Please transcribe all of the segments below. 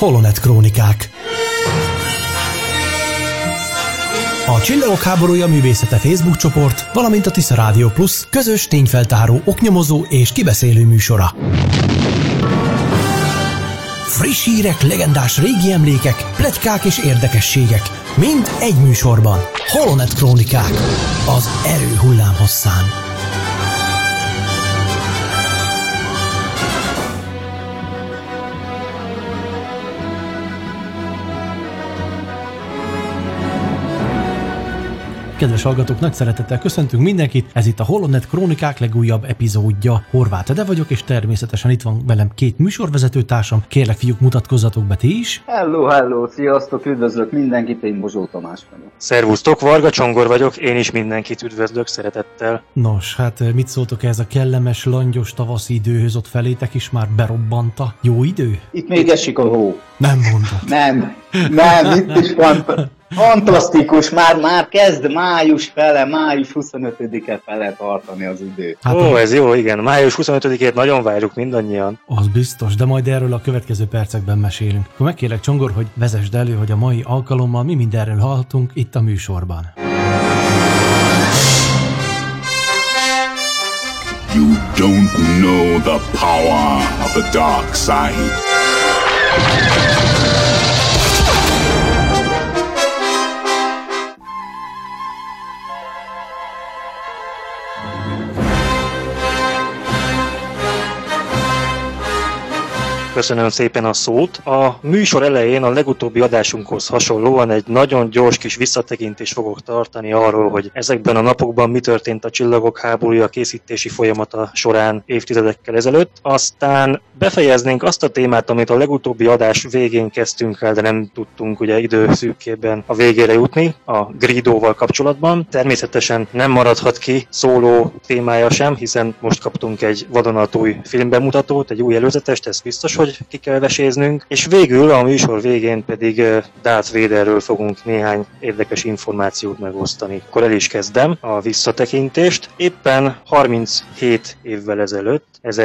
Holonet Krónikák. A Csillagok háborúja művészete Facebook csoport, valamint a Tisza Rádió Plus közös tényfeltáró, oknyomozó és kibeszélő műsora. Friss hírek, legendás régi emlékek, pletykák és érdekességek. Mind egy műsorban. Holonet Krónikák. Az erő hullámhosszán. Kedves hallgatók, nagy szeretettel köszöntünk mindenkit, ez itt a Holonet Krónikák legújabb epizódja. Horváth Ede vagyok, és természetesen itt van velem két műsorvezetőtársam. Kérlek, fiúk, mutatkozzatok be ti is. Hello, sziasztok, üdvözlök mindenkit, én Bozsó Tamás vagyok. Szervusztok, Varga Csongor vagyok, én is mindenkit üdvözlök szeretettel. Nos, hát mit szóltok ez a kellemes, langyos tavaszi időhöz, ott felétek is már berobbanta? Jó idő? Itt még esik a hó. Nem mondod. Nem, itt is fantasztikus, már kezd május 25-e fele tartani az idő. Hát ez jó, igen, május 25-ét nagyon várjuk mindannyian. Az biztos, de majd erről a következő percekben mesélünk. Akkor megkérlek, Csongor, hogy vezesd elő, hogy a mai alkalommal mi mindenről hallhatunk itt a műsorban. You don't know the power of the dark side. Köszönöm szépen a szót. A műsor elején a legutóbbi adásunkhoz hasonlóan egy nagyon gyors kis visszatekintést fogok tartani arról, hogy ezekben a napokban mi történt a Csillagok háborúja készítési folyamata során évtizedekkel ezelőtt. Aztán befejeznénk azt a témát, amit a legutóbbi adás végén kezdtünk el, de nem tudtunk ugye időszűkében a végére jutni, a Greedoval kapcsolatban. Természetesen nem maradhat ki szóló témája sem, hiszen most kaptunk egy vadonatúj filmbemutatót, egy új előzetest, ez biztos, hogy ki kell veséznünk, és végül a műsor végén pedig Darth Vaderről fogunk néhány érdekes információt megosztani. Akkor el is kezdem a visszatekintést. Éppen 37 évvel ezelőtt,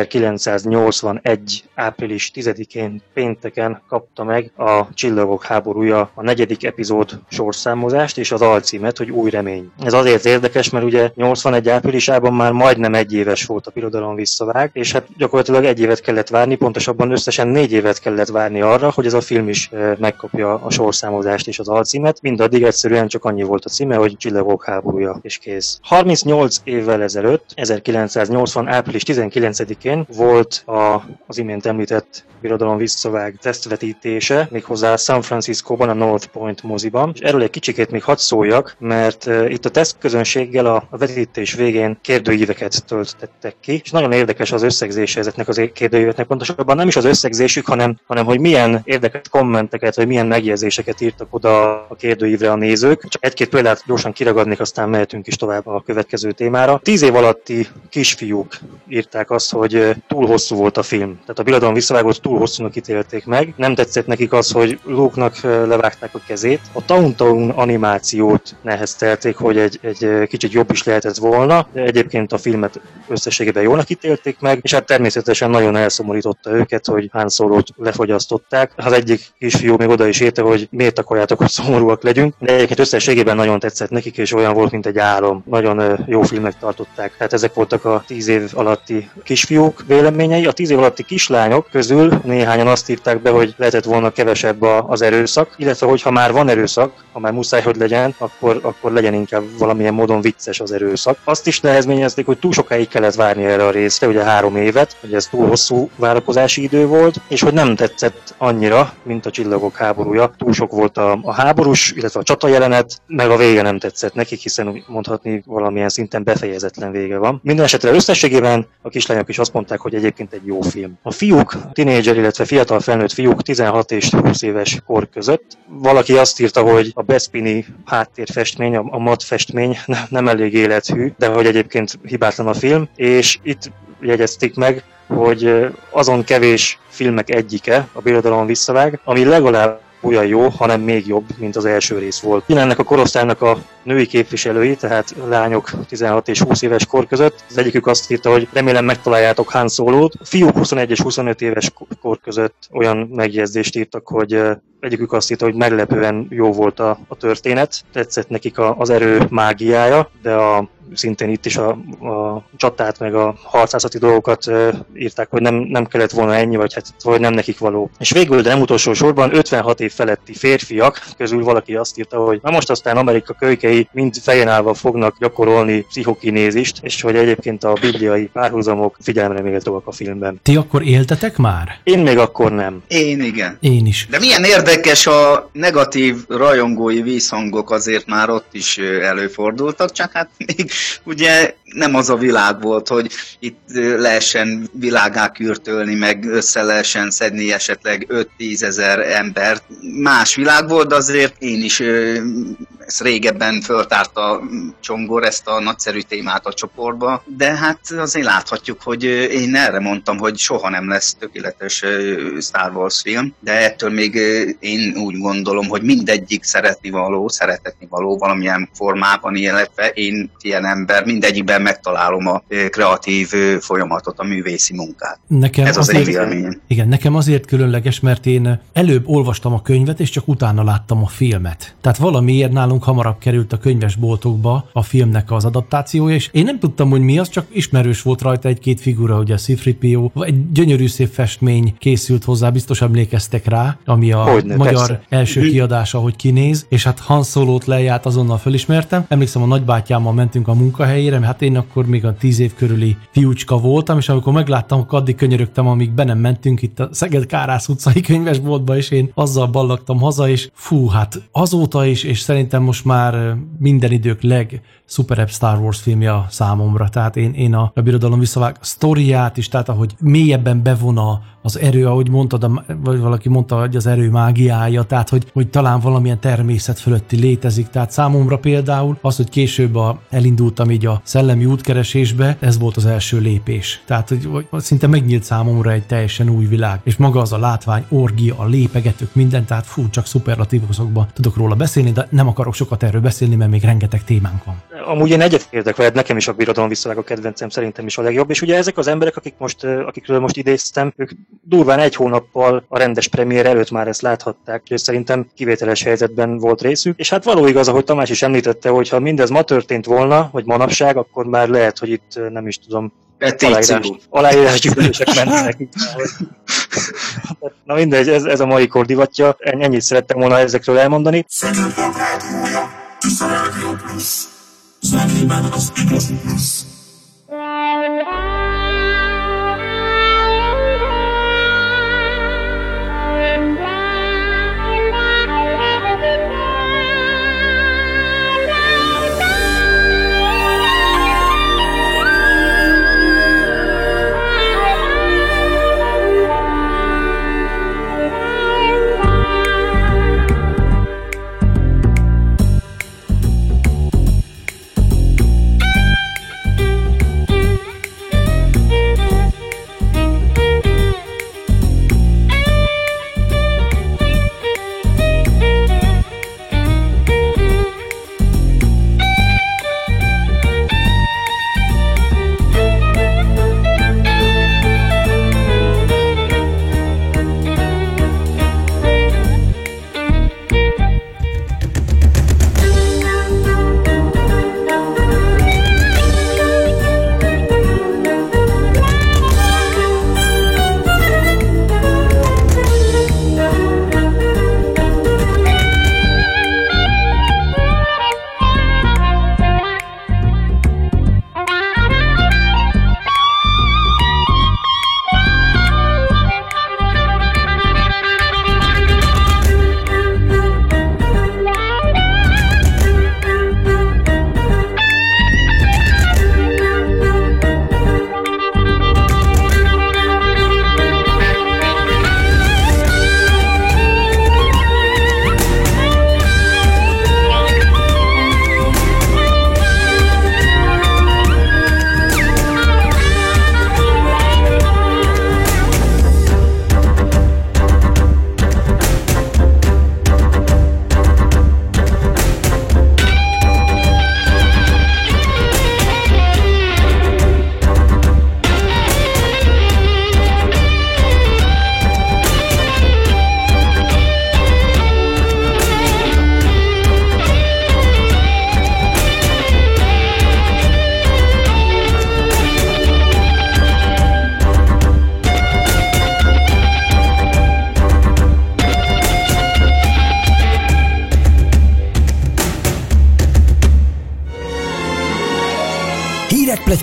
1981. április 10-én pénteken kapta meg a Csillagok háborúja a 4. epizód sorszámozást és az alcímet, hogy Új remény. Ez azért érdekes, mert ugye 81 áprilisában már majdnem egy éves volt a Birodalom visszavág, és hát gyakorlatilag egy évet kellett várni, pontosabban összesen 4 évet kellett várni arra, hogy ez a film is megkapja a sorszámozást és az alcímet. Mindaddig egyszerűen csak annyi volt a címe, hogy Csillagok háborúja, és kész. 38 évvel ezelőtt, 1980. április 19-én volt az imént említett Birodalom visszavág tesztvetítése, méghozzá San Franciscóban, a North Point moziban. És erről egy kicsikét még hadd szóljak, mert itt a tesztközönséggel a vetítés végén kérdőíveket töltettek ki, és nagyon érdekes az összegzése ezeknek az kérdőíveknek, pontosabban nem is az összegzésük, hanem hogy milyen érdekes kommenteket, vagy milyen megjegyzéseket írtak oda a kérdőívre a nézők. Csak egy-két példát gyorsan kiragadnék, aztán mehetünk is tovább a következő témára. 10 év alatti kisfiúk írták azt, hogy túl hosszú volt a film. Tehát a Birodalom visszavágót túl hosszúnak ítélték meg. Nem tetszett nekik az, hogy Luke-nak levágták a kezét. A Tauntaun animációt neheztelték, hogy egy kicsit jobb is lehetett volna, de egyébként a filmet összességében jónak ítélték meg, és hát természetesen nagyon elszomorította őket, hogy Han Solót lefogyasztották. Az egyik kisfiú még oda is érte, hogy miért akarjátok, hogy szomorúak legyünk, de egyébként összességében nagyon tetszett nekik, és olyan volt, mint egy álom. Nagyon jó filmnek tartották. Tehát ezek voltak a 10 év alatti kisfiúk véleményei. A 10 év alatti kislányok közül néhányan azt írták be, hogy lehetett volna kevesebb az erőszak, illetve hogyha már van erőszak, ha már muszáj, hogy legyen, akkor legyen inkább valamilyen módon vicces az erőszak. Azt is nehezményezték, hogy túl sokáig kellett várni erre a részre, ugye 3 évet, hogy ez túl hosszú várakozási idő volt, és hogy nem tetszett annyira, mint a Csillagok háborúja. Túl sok volt a háborús, illetve a csata jelenet, meg a vége nem tetszett nekik, hiszen mondhatni valamilyen szinten befejezetlen vége van. Minden esetre összességében a kislányok is azt mondták, hogy egyébként egy jó film. A fiúk, tínédzser, illetve fiatal felnőtt fiúk 16 és 20 éves kor között. Valaki azt írta, hogy a Bespini háttérfestmény, a mat festmény nem elég élethű, de hogy egyébként hibátlan a film, és itt jegyezték meg, hogy azon kevés filmek egyike, a Birodalom visszavág, ami legalább olyan jó, hanem még jobb, mint az első rész volt. Ennek a korosztálynak a női képviselői, tehát lányok 16 és 20 éves kor között. Az egyikük azt írta, hogy remélem megtaláljátok Han Solót. Fiúk 21 és 25 éves kor között olyan megjegyzést írtak, hogy egyikük azt írta, hogy meglepően jó volt a történet, tetszett nekik az erő mágiája, de szintén itt is a csatát meg a harcászati dolgokat írták, hogy nem kellett volna ennyi, vagy hát hogy nem nekik való. És végül, de nem utolsó sorban 56 év feletti férfiak közül valaki azt írta, hogy na most aztán Amerika kölykei mind fejen állva fognak gyakorolni pszichokinézist, és hogy egyébként a bibliai párhuzamok figyelemre méltóak a filmben. Ti akkor éltetek már? Én még akkor nem. Én igen. Én is. De milyen érdekes, a negatív rajongói vízhangok azért már ott is előfordultak, csak hát még ugye nem az a világ volt, hogy itt lehessen világá kürtölni, meg össze lehessen szedni esetleg 5-10 ezer embert. Más világ volt, de azért én is ezt régebben föltárta Csongor ezt a nagyszerű témát a csoportba, de hát azért láthatjuk, hogy én erre mondtam, hogy soha nem lesz tökéletes Star Wars film, de ettől még én úgy gondolom, hogy mindegyik szeretetni való valamilyen formában, illetve én ilyen ember, mindegyikben megtalálom a kreatív folyamatot, a művészi munkát. Ez az én véleményem. Igen, nekem azért különleges, mert én előbb olvastam a könyvet, és csak utána láttam a filmet. Tehát valamiért nálunk hamarabb került a könyvesboltokba a filmnek az adaptációja, és én nem tudtam, hogy mi az, csak ismerős volt rajta egy-két figura, ugye a C-3PO, egy gyönyörű szép festmény készült hozzá, biztos emlékeztek rá, ami a magyar persze. Első kiadása, hogy kinéz, és hát Han Solót lejárt, azonnal fölismertem. Emlékszem, a nagybátyámmal mentünk a munkahelyére, mert hát én akkor még a 10 év körüli fiúcska voltam, és amikor megláttam, akkor addig könyörögtem, amíg be nem mentünk itt a Szeged-Kárász utcai könyvesboltba, és én azzal ballagtam haza, és fú, hát azóta is, és szerintem most már minden idők legszuperebb Star Wars filmje számomra. Tehát én a Birodalom visszavág sztoriát is, tehát ahogy mélyebben bevon az erő, ahogy mondtad, vagy valaki mondta, hogy az erő mágiája, tehát hogy talán valamilyen természet fölötti létezik. Tehát számomra például az, hogy később elindultam így a szellemi útkeresésbe, ez volt az első lépés. Tehát hogy szinte megnyílt számomra egy teljesen új világ. És maga az a látvány, orgia, a lépegetők, minden, tehát fú, csak szuperlatívusokban tudok róla beszélni, de nem akarok sokat erről beszélni, mert még rengeteg témánk van. Amúgy én egyetértek veled, nekem is a Birodalom visszavág a kedvencem, szerintem is a legjobb, és ugye ezek az emberek, akikről most idéztem, ők durván egy hónappal a rendes premier előtt már ezt láthatták, és szerintem kivételes helyzetben volt részük. És hát való igaz, ahogy Tamás is említette, hogy ha mindez ma történt volna, vagy manapság, akkor már lehet, hogy itt nem is tudom, aláírás gyűlések mennek. Na mindegy, ez a mai kor divatja. Ennyit szerettem volna ezekről elmondani.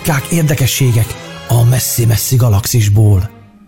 pletykák, érdekességek a messzi-messzi galaxisból.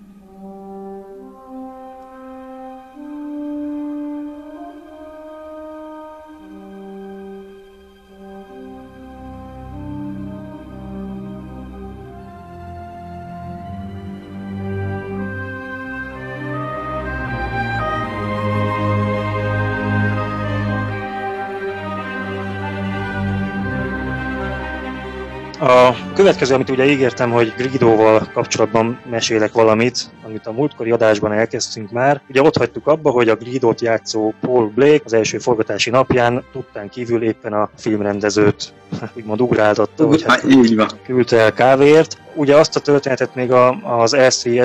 A következő, amit ugye ígértem, hogy Greedoval kapcsolatban mesélek valamit, amit a múltkori adásban elkezdtünk már. Ugye ott hagytuk abba, hogy a Greedot játszó Paul Blake az első forgatási napján tudtán kívül éppen a filmrendezőt úgymond ugráltatta, vagy hát küldte el kávéért. Ugye azt a történetet még az S3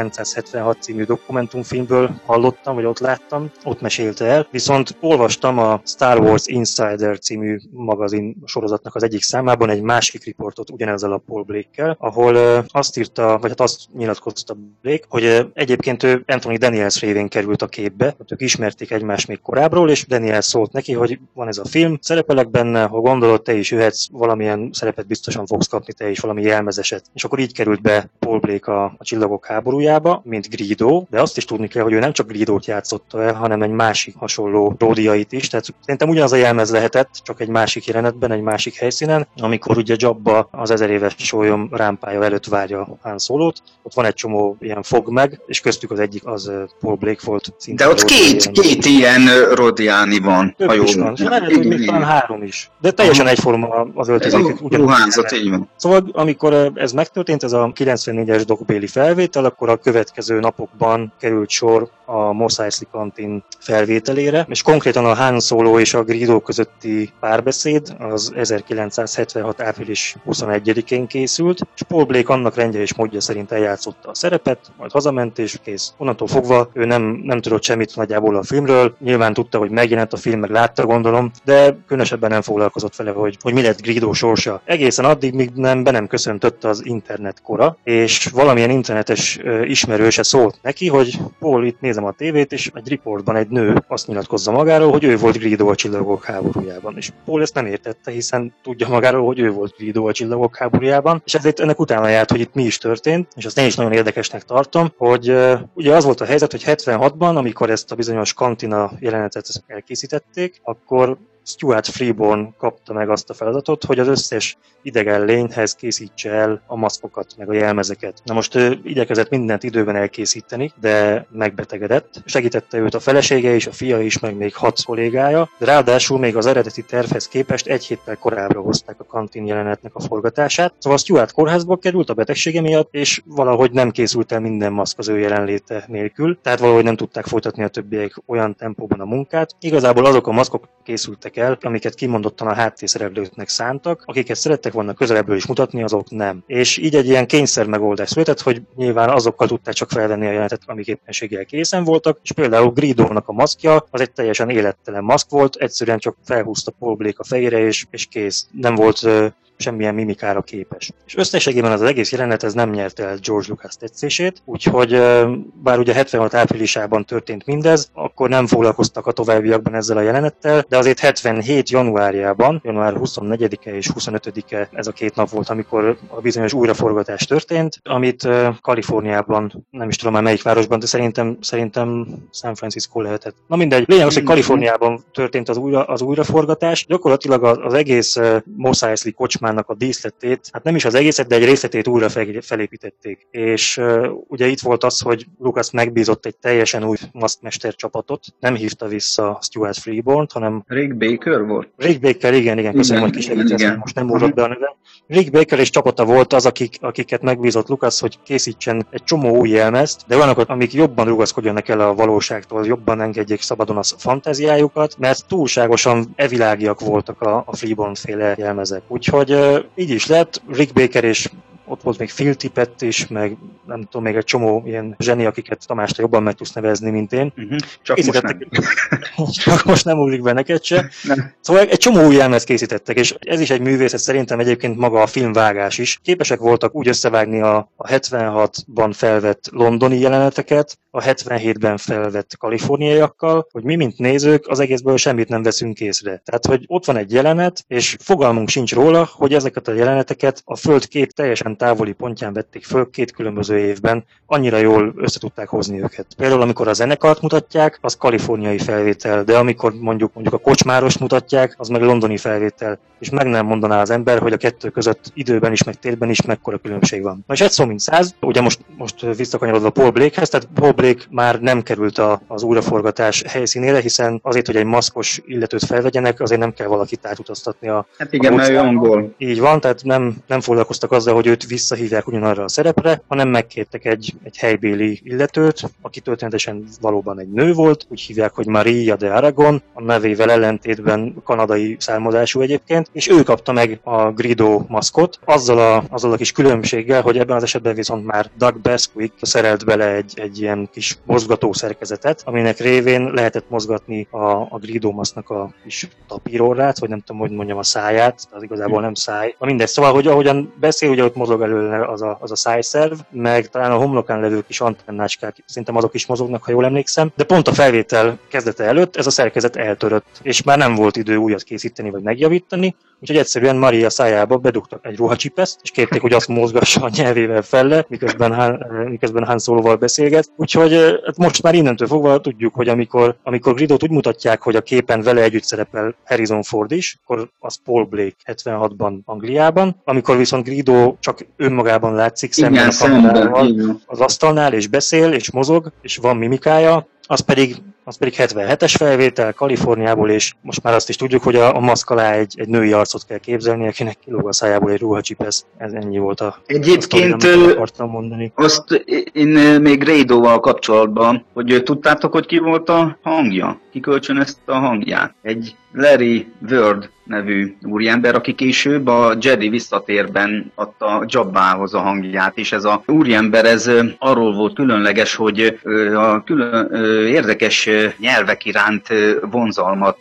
1976 című dokumentumfilmből hallottam, vagy ott láttam, ott mesélte el. Viszont olvastam a Star Wars Insider című magazin sorozatnak az egyik számában egy másik riportot ugyanezzel a Paul Blake-kel, ahol azt írta, vagy hát azt nyilatkozta Blake, hogy egyébként ő Anthony Daniels révén került a képbe, hogy ők ismerték egymást még korábbról, és Daniels szólt neki, hogy van ez a film, szerepelek benne, ha gondolod, te is jöhetsz, valamilyen szerepet biztosan fogsz kapni, te is valami jelmezeset. És akkor így került be Paul Blake a Csillagok háborújába, mint Greedo, de azt is tudni kell, hogy ő nem csak Greedót játszotta el, hanem egy másik hasonló Ródiait is, tehát szerintem ugyanaz a jelmez lehetett, csak egy másik jelenetben, egy másik helyszínen, amikor ugye Jabba az 1000 éves sólyom rámpája előtt várja Han Solót, ott van egy csomó ilyen fog meg, és köztük az egyik az Paul Blake volt. De ott két ilyen Rodiáni van. Több is van, és lehet, hogy még talán 3 is. De teljesen egyforma az öltözékük. Ruházat, így van. Szóval amikor ez megtörtént, ez a 94-es dokbéli felvétel, akkor a következő napokban került sor a Mos Eisley kantin felvételére, és konkrétan a Han Solo és a Greedo közötti párbeszéd az 1976. április 21-én készült, és Paul Blake annak rendje és módja szerint eljátszotta a szerepet, majd hazament és kész. Onnantól fogva ő nem tudott semmit nagyjából a filmről, nyilván tudta, hogy megjelent a film, meg látta, gondolom, de különösebben nem foglalkozott vele, hogy mi lett Greedo sorsa. Egészen addig, míg be nem köszöntött az internet kora, és valamilyen internetes ismerőse szólt neki, hogy Paul, itt nézem a tévét, és egy riportban egy nő azt nyilatkozza magáról, hogy ő volt Greedo a Csillagok háborújában. És Paul ezt nem értette, hiszen tudja magáról, hogy ő volt Greedo a Csillagok háborújában, és ezért ennek utána járt, hogy itt mi is történt, és azt én is nagyon érdekesnek tartom, hogy ugye az volt a helyzet, hogy 76-ban, amikor ezt a bizonyos kantina jelenetet elkészítették, akkor Stuart Freeborn kapta meg azt a feladatot, hogy az összes idegen lényhez készítse el a maszkokat, meg a jelmezeket. Na most ő igyekezett mindent időben elkészíteni, de megbetegedett. Segítette őt a felesége is, a fia is, meg még 6 kollégája, de ráadásul még az eredeti tervhez képest 1 héttel korábbra hozták a kantin jelenetnek a forgatását. Szóval Stuart kórházba került a betegsége miatt, és valahogy nem készült el minden maszk az ő jelenléte nélkül, tehát valahogy nem tudták folytatni a többiek olyan tempóban a munkát. Igazából azok a maszkok készültek el, amiket kimondottan a háttérszereplőknek szántak, akiket szerettek volna közelebbről is mutatni, azok nem. És így egy ilyen kényszer megoldás született, hogy nyilván azokkal tudták csak felvenni a jelenetet, amik éppenséggel készen voltak, és például Greedónak a maszkja az egy teljesen élettelen maszk volt, egyszerűen csak felhúzta Paul Blake a fejére, és kész. Nem volt semmilyen mimikára képes. És összességében az egész jelenet ez nem nyerte el George Lucas tetszését, úgyhogy bár ugye 76 áprilisában történt mindez, akkor nem foglalkoztak a továbbiakban ezzel a jelenettel, de azért 77 januárjában, január 24-e és 25-e ez a 2 nap volt, amikor a bizonyos újraforgatás történt, amit Kaliforniában, nem is tudom már melyik városban, de szerintem San Francisco lehetett. Na mindegy, lényeg az, hogy Kaliforniában történt az újraforgatás, gyakorlatilag az egész Mos Eisley kocsmának a díszletét, hát nem is az egészet, de egy részletét újra felépítették. És ugye itt volt az, hogy Lucas megbízott egy teljesen új maszkmester csapatot, nem hívta vissza Stuart Freeborn-t, hanem Rick Baker volt? Rick Baker, igen, köszönöm, hogy kisegítesz, most nem ugrott be a neve. Rick Baker és csapata volt az, akiket megbízott Lucas, hogy készítsen egy csomó új jelmezt, de olyanokat, amik jobban rugaszkodjanak el a valóságtól, jobban engedjék szabadon a fantáziájukat, mert túlságosan evilágiak voltak a Freeborn-féle jelmezek. Úgyhogy így is lett, Rick Baker és ott volt még Phil Tippett is, meg nem tudom, még egy csomó ilyen zseni, akiket Tamás, te jobban meg tudsz nevezni, mint én. Csak most nem. Csak most nem ugrik be neked se. Nem. Szóval egy csomó új jelmezt készítettek, és ez is egy művészet, szerintem egyébként maga a filmvágás is. Képesek voltak úgy összevágni a 76-ban felvett londoni jeleneteket, a 77-ben felvett kaliforniaiakkal, hogy mi, mint nézők, az egészből semmit nem veszünk észre. Tehát, hogy ott van egy jelenet, és fogalmunk sincs róla, hogy ezeket a jeleneteket a Föld két teljesen távoli pontján vették föl két különböző évben, annyira jól össze tudták hozni őket. Például, amikor a zenekart mutatják, az kaliforniai felvétel, de amikor mondjuk a kocsmárost mutatják, az meg londoni felvétel, és meg nem mondaná az ember, hogy a kettő között időben is, meg térben is mekkora különbség van. Na és egy szó mint száz, ugye most visszakanyarodva Paul Blakehez, tehát Paul Blake már nem került az újraforgatás helyszínére, hiszen azért, hogy egy maszkos illetőt felvegyenek, azért nem kell valakit átutaztatni Hát igen, mert ő angol. Így van, tehát nem foglalkoztak azzal, hogy őt visszahívják ugyanarra a szerepre, hanem megkértek egy helybéli illetőt, aki történetesen valóban egy nő volt, úgy hívják, hogy Maria de Aragon, a nevével ellentétben kanadai származású egyébként, és ő kapta meg a Greedo maszkot, azzal a kis különbséggel, hogy ebben az esetben viszont már Doug Beswick szerelt bele egy ilyen kis mozgató szerkezetet, aminek révén lehetett mozgatni a Greedo maszknak a kis tapírórát, vagy nem tudom, hogy mondjam, a száját, az igazából nem száj. Na mindegy, szóval, hogy ahogyan beszél, ugye ott mozog előle az a szájszerv, meg talán a homlokán levő kis antennácskák, szerintem azok is mozognak, ha jól emlékszem, de pont a felvétel kezdete előtt ez a szerkezet eltörött, és már nem volt idő újat készíteni vagy megjavítani, úgyhogy egyszerűen Maria szájába bedugtak egy ruhacsipeszt, és kérték, hogy azt mozgassa a nyelvével felle, miközben Han Soloval beszélget. Úgyhogy hát most már innentől fogva tudjuk, hogy amikor Greedót úgy mutatják, hogy a képen vele együtt szerepel Harrison Ford is, akkor az Paul Blake 76-ban Angliában, amikor viszont Greedo csak önmagában látszik szemben a kamerával az asztalnál, és beszél, és mozog, és van mimikája, az pedig 77-es felvétel Kaliforniából, és most már azt is tudjuk, hogy a maszk alá egy női arcot kell képzelni, akinek kilóg a szájából egy ruhacsipesz. Ez ennyi volt Egyébként akartam mondani. Azt én még Greedoval kapcsolatban, hogy tudtátok, hogy ki volt a hangja? Ki kölcsönözte a hangját? Egy Larry Ward nevű úriember, aki később a Jedi visszatérben adta Jabbához a hangját, és ez a úriember ez arról volt különleges, hogy a érdekes nyelvek iránt vonzalmat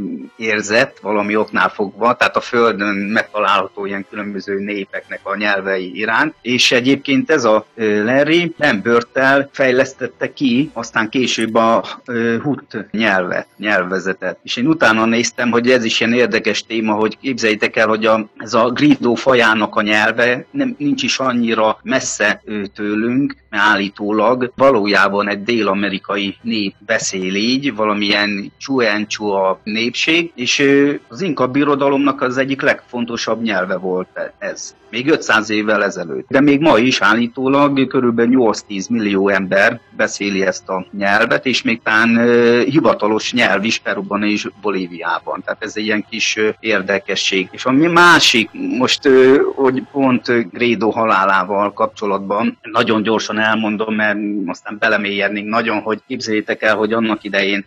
érzett valami oknál fogva, tehát a Földön megtalálható ilyen különböző népeknek a nyelvei iránt, és egyébként ez a Larry Lambert-tel fejlesztette ki, aztán később a Hut nyelvezetet. És én utána néztem, hogy ez is ilyen érdekes téma, hogy képzeljétek el, hogy ez a Greedo fajának a nyelve nincs is annyira messze tőlünk, mert állítólag valójában egy dél-amerikai nép beszél így, valamilyen Chuenchua népség, és az Inka birodalomnak az egyik legfontosabb nyelve volt ez. Még 500 évvel ezelőtt. De még ma is állítólag körülbelül 8-10 millió ember beszéli ezt a nyelvet, és még talán hivatalos nyelv is Peruban és Bolíviában. Tehát ez egy ilyen kis érdekesség. És ami másik, most, hogy pont Greedo halálával kapcsolatban, nagyon gyorsan elmondom, mert aztán belemélyednénk nagyon, hogy képzeljétek el, hogy annak idején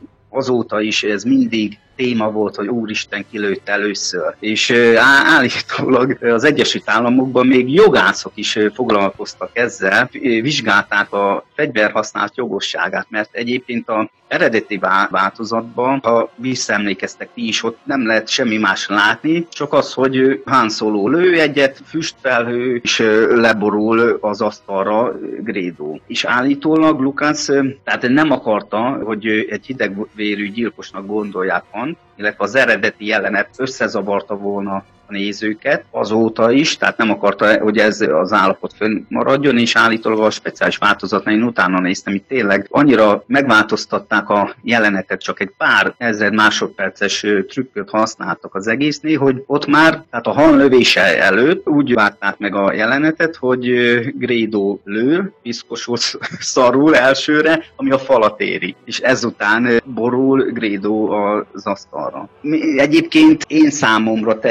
azóta is ez mindig téma volt, hogy Úristen kilőtt először. És állítólag az Egyesült Államokban még jogászok is foglalkoztak ezzel, vizsgálták a fegyverhasználat jogosságát, mert egyébként a eredeti változatban, ha visszaemlékeztek ti is, ott nem lehet semmi más látni, csak az, hogy Han Solo lő egyet, füstfelhő, és leborul az asztalra Greedo. És állítólag Lucas tehát nem akarta, hogy egy hidegvérű gyilkosnak gondolják Han, illetve az eredeti jelenet összezavarta volna a nézőket azóta is, tehát nem akarta, hogy ez az állapot fönnmaradjon, és állítólag a speciális változatnál én utána néztem, hogy tényleg annyira megváltoztatták a jelenetet, csak egy pár ezer másodperces trükköt használtak az egésznél, hogy ott már, tehát a Han lövése előtt úgy vágták meg a jelenetet, hogy Greedo lő, piszkosul szarul elsőre, ami a falat éri, és ezután borul Greedo az asztalra. Egyébként én számomra teljesen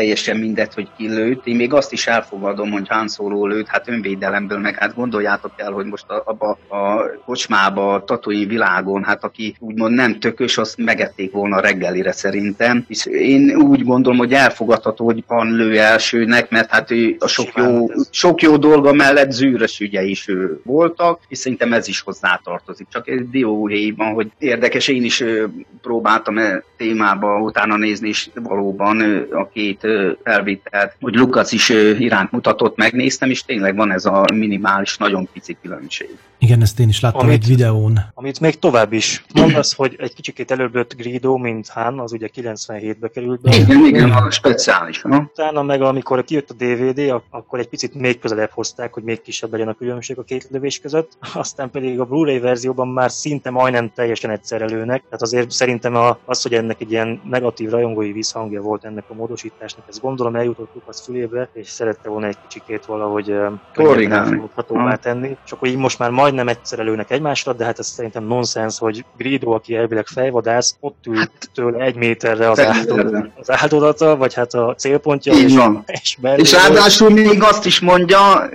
mindegy, hogy ki lőtt. Én még azt is elfogadom, hogy Han Solo lőtt, hát önvédelemből, meg hát gondoljátok el, hogy most abba a kocsmába, a Tatooine világon, hát aki úgymond nem tökös, azt megették volna reggelire szerintem. És én úgy gondolom, hogy elfogadható, hogy Han lő elsőnek, mert hát ő a sok jó dolga mellett zűrös ügye is voltak, és szerintem ez is hozzátartozik. Csak ez dióhéjban, hogy érdekes, én is próbáltam témába utána nézni, és valóban a két felvételt, hogy Lucas is iránt mutatott, megnéztem, és tényleg van ez a minimális, nagyon pici különbség. Igen, ezt én is láttam egy videón. Amit még tovább is mondasz, hogy egy kicsikét előbb lett Greedo, mint Han, az ugye 97-be került be. Igen, a speciális. Utána meg amikor kijött a DVD, akkor egy picit még közelebb hozták, hogy még kisebb legyen a különbség a két lövés között. Aztán pedig a Blu-ray verzióban már szinte majdnem teljesen egyszerre lőnek. Tehát azért szerintem az, hogy ennek egy ilyen negatív rajongói visszhangja volt ennek a módosításnak, ezt gondolom eljutott Lucas fülébe, és szerette volna egy kicsikét valahogy könnyebben elfogadhatóvá tenni. És akkor így most már majdnem egyszerre lőnek egymásra, de hát ez szerintem nonsens, hogy Greedo, aki elvileg fejvadász, ott ül tőle 1 méterre az áldozata, vagy hát a célpontja. És ráadásul még azt is mondja,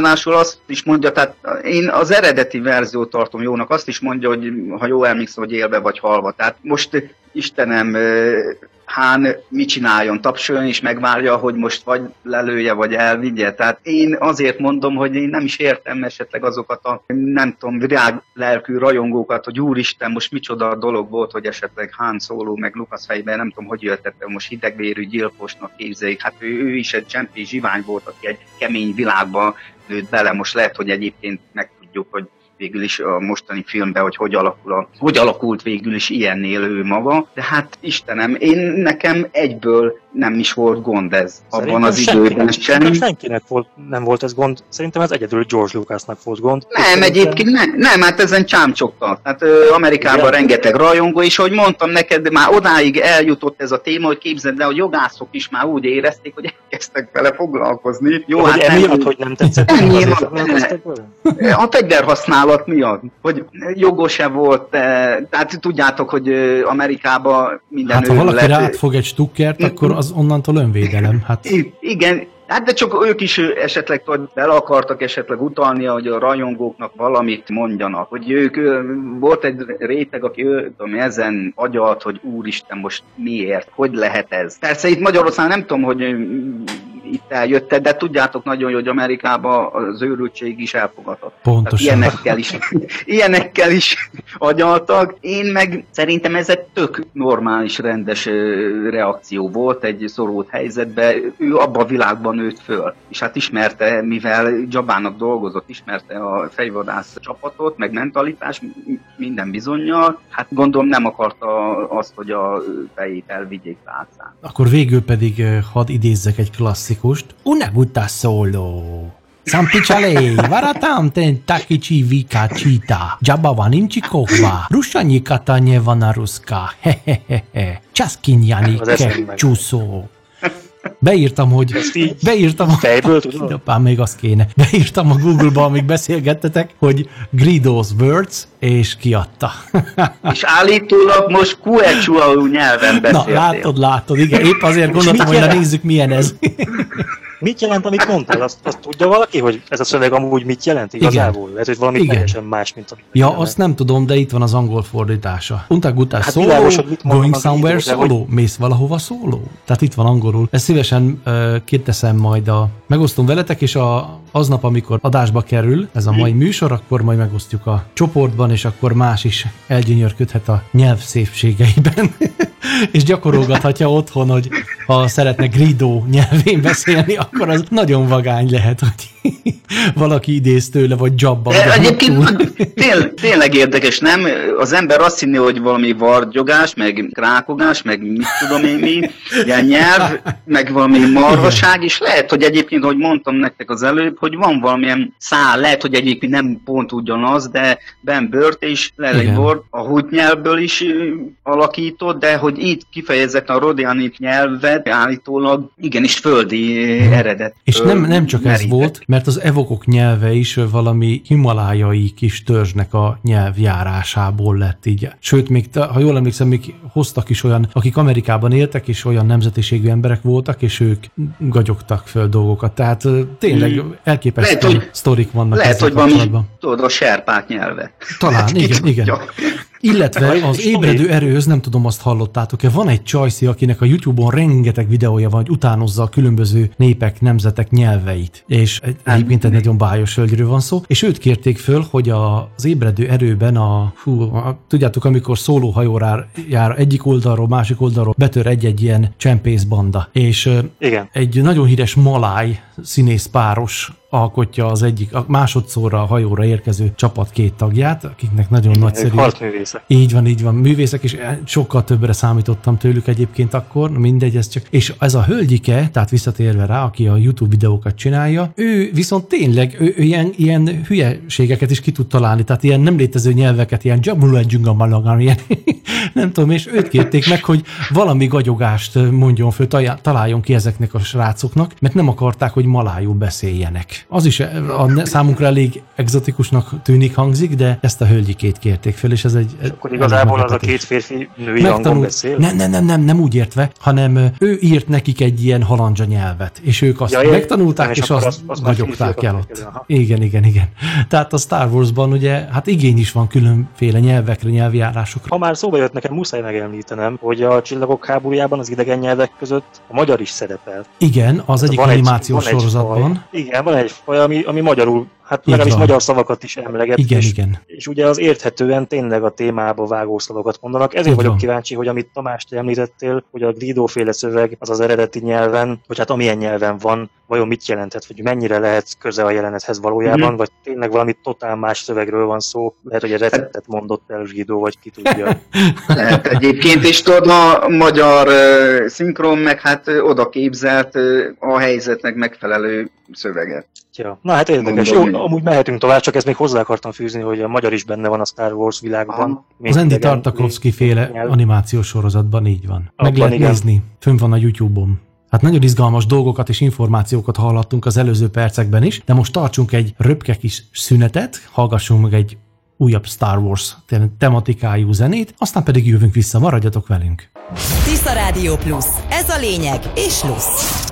tehát én az eredeti verziót tartom jónak, azt is mondja, hogy ha jól emlékszem, hogy élve vagy halva. Tehát most Istenem, Han mit csináljon, tapsoljon és megvárja, hogy most vagy lelője, vagy elvigye. Tehát én azért mondom, hogy én nem is értem esetleg azokat a, nem tudom, viráglelkű rajongókat, hogy úristen, most micsoda dolog volt, hogy esetleg Han Solo, meg Lucas fejben, nem tudom, hogy jöttette, most hidegvérű gyilkosnak képzeljék. Hát ő is egy csempés zsivány volt, aki egy kemény világba nőtt bele. Most lehet, hogy egyébként megtudjuk, hogy végül is a mostani filmben, hogy alakult végül is ilyennél ő maga. De hát Istenem, nekem egyből nem is volt gond ez abban az időben sem. Senkinek nem volt ez gond. Szerintem ez egyedül George Lucasnak volt gond. Nem, egyébként nem, hát ezen csámcsogtak. Hát Amerikában rengeteg rajongó, és ahogy mondtam neked, már odáig eljutott ez a téma, hogy képzeld el, hogy jogászok is már úgy érezték, hogy elkezdtek vele foglalkozni. Jó, hát emiatt, hogy nem tetszett. A fegyverhasználat miatt, hogy jogos-e volt, tehát tudjátok, hogy Amerikában minden hát ha valaki rátfog egy stukkert, akkor az onnantól önvédelem. Hát. Igen, hát de csak ők is esetleg bele akartak esetleg utalni, hogy a rajongóknak valamit mondjanak. Hogy ők, volt egy réteg, aki ezen agyalt, hogy úristen, most miért, hogy lehet ez. Persze itt Magyarországon nem tudom, hogy itt eljötted, de tudjátok nagyon jó, hogy Amerikában az őrültség is elfogadott. Pontosan. Ilyenekkel is agyaltak. Én meg szerintem ez egy tök normális, rendes reakció volt egy szorult helyzetben. Ő abban a világban nőtt föl. És hát ismerte, mivel Jabának dolgozott, ismerte a fejvadász csapatot, meg mentalitás, minden bizonnyal. Hát gondolom nem akarta azt, hogy a fejét elvigyék látszán. Akkor végül pedig hadd idézzek egy klasszikust. Una gutta solo. Sampichale, varatam ten takichi vika chita. Jabba vaninchi kokva. Rushanyi katanye vanaruska. Hehehehe. Csaskinyani kecsúszó. Beírtam fejből, tudod? Apám, még azt kéne. Beírtam a Google-ba, amíg beszélgettetek, hogy Greedo's Words, és kiadta. És állítólag most Quechua nyelven beszéltél. Na, látod, igen. Épp azért gondoltam, hogy nézzük, milyen ez. Mit jelent, amit mondtál? Azt tudja valaki, hogy ez a szöveg amúgy mit jelent igazából? Lehet, hogy valami teljesen más, mint amit ja, azt nem tudom, de itt van az angol fordítása. Unta gutta solo, going somewhere solo. Mész valahova solo? Tehát itt van angolul. Ezt szívesen kiteszem majd megosztom veletek, és aznap, amikor adásba kerül ez a mai műsor, akkor majd megosztjuk a csoportban, és akkor más is elgyönyörködhet a nyelv szépségeiben. És gyakorolgathatja otthon, hogy ha szeretne Greedo nyelvén beszélni, akkor az nagyon vagány lehet, hogy valaki idéz tőle, vagy Jabba. De egyébként tényleg érdekes, nem? Az ember azt hinni, hogy valami vargyogás, meg krákogás, meg mit tudom én mi, ilyen nyelv, meg valami marhaság, és lehet, hogy egyébként, hogy mondtam nektek az előbb, hogy van valamilyen szál, lehet, hogy egyébként nem pont ugyanaz, de Ben Burt és Larry Ward a húgynyelvből is alakított, de hogy itt kifejezetten a rodiani nyelvet nyelv állítólag igenis földi eredet. És nem csak ez volt, mert az evokok nyelve is valami himalájai kis törzsnek a nyelvjárásából lett így. Sőt, még, ha jól emlékszem, még hoztak is olyan, akik Amerikában éltek, és olyan nemzetiségű emberek voltak, és ők gagyogtak föl dolgokat. Tehát tényleg elképesztő sztorik vannak. Lehet, hogy valami, tudod, a serpák nyelve. Talán, igen. Illetve az ébredő erőhöz, nem tudom, azt hallottátok-e, van egy csajszi, akinek a YouTube-on rengeteg videója van, hogy utánozza a különböző népek, nemzetek nyelveit. És egyébként egy nagyon bájos hölgyről van szó, és őt kérték föl, hogy az ébredő erőben tudjátok, amikor szólóhajóra jár egyik oldalról, másik oldalról betör egy-egy ilyen csempészbanda. És igen. Egy nagyon híres maláj színész páros alkotja az egyik, a másodszorra a hajóra érkező csapat két tagját, akiknek nagyon nagyszerű. Harcművészek. Így van, művészek, és sokkal többre számítottam tőlük egyébként akkor, mindegy, ez csak. És ez a hölgyike, tehát visszatérve rá, aki a YouTube videókat csinálja, ő viszont tényleg ő ilyen hülyeségeket is ki tud találni, tehát ilyen nem létező nyelveket, ilyen dzsabuladzsungamalagan, ilyen nem tudom, és őt kérték meg, hogy valami gagyogást mondjon föl, találjon ki ezeknek a srácoknak, mert nem akarták, hogy malájul beszéljenek. Az is számunkra elég egzotikusnak tűnik, hangzik, de ezt a hölgyikét kérték fel, és ez egy... Akkor igazából az a két férfi női hangon beszél? Nem úgy értve, hanem ő írt nekik egy ilyen halandzsa nyelvet, és ők azt megtanulták, és azt gagyogták el ott. Igen. Tehát a Star Warsban ugye, hát igény is van különféle nyelvekre, nyelvjárásokra. Ha már szóba jött, nekem muszáj megemlítenem, hogy a Csillagok háborújában az idegen nyelvek között a magyar is szerepel. Igen, az egyik animációs sorozatban. Igen, van egy faj, ami magyarul, hát legalábbis magyar szavakat is emleget. Igen. És ugye az érthetően tényleg a témába vágó szavakat mondanak. Ezért vagyok kíváncsi, hogy amit Tamás, te említettél, hogy a Greedo-féle szöveg az eredeti nyelven, vagy hát amilyen nyelven van, vajon mit jelenthet, vagy mennyire lehet köze a jelenethez valójában, vagy tényleg valami totál más szövegről van szó. Lehet, hogy egy receptet mondott el Greedo, vagy ki tudja. Lehet egyébként, és tudod, a magyar szinkron meg hát oda képzelt a helyzetnek megfelelő szöveget. Ja. Na hát érdekes. Jó, amúgy mehetünk tovább, csak ezt még hozzá akartam fűzni, hogy a magyar is benne van a Star Wars világban. Az Andy Tartakovsky féle animációs sorozatban így van. Meg lehet nézni, fönn van a YouTube-on. Hát nagyon izgalmas dolgokat és információkat hallhattunk az előző percekben is, de most tartsunk egy röpke kis szünetet, hallgassunk meg egy újabb Star Wars tematikájú zenét, aztán pedig jövünk vissza, maradjatok velünk. Tisza Rádió Plus. Ez a lényeg és lusz.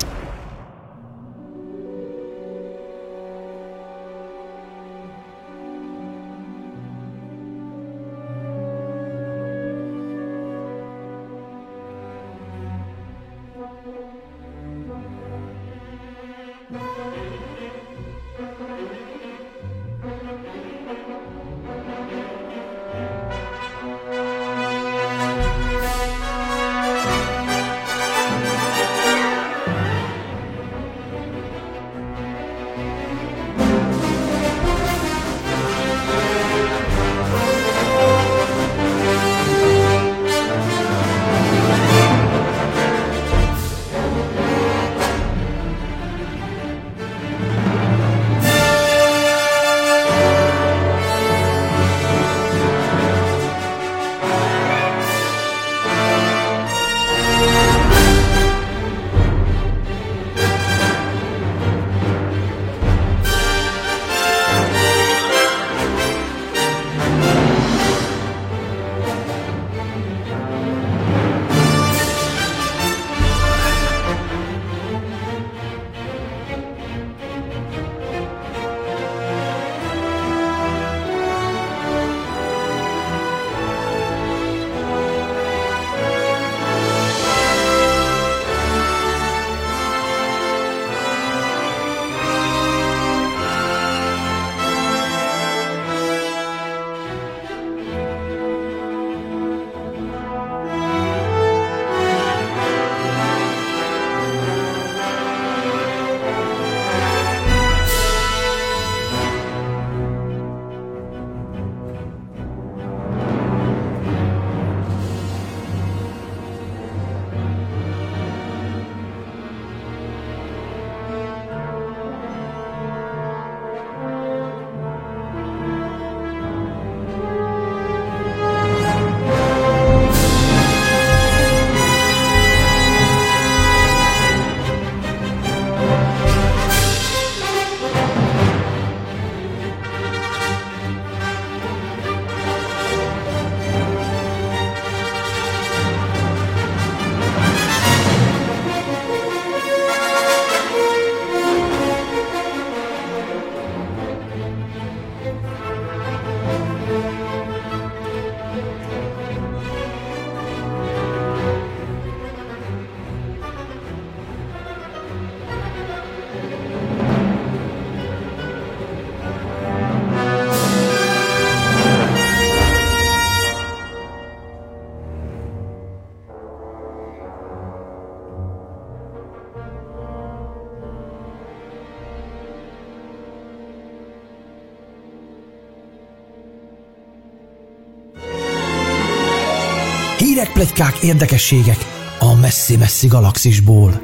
Hírek, pletykák, érdekességek a messzi-messzi galaxisból.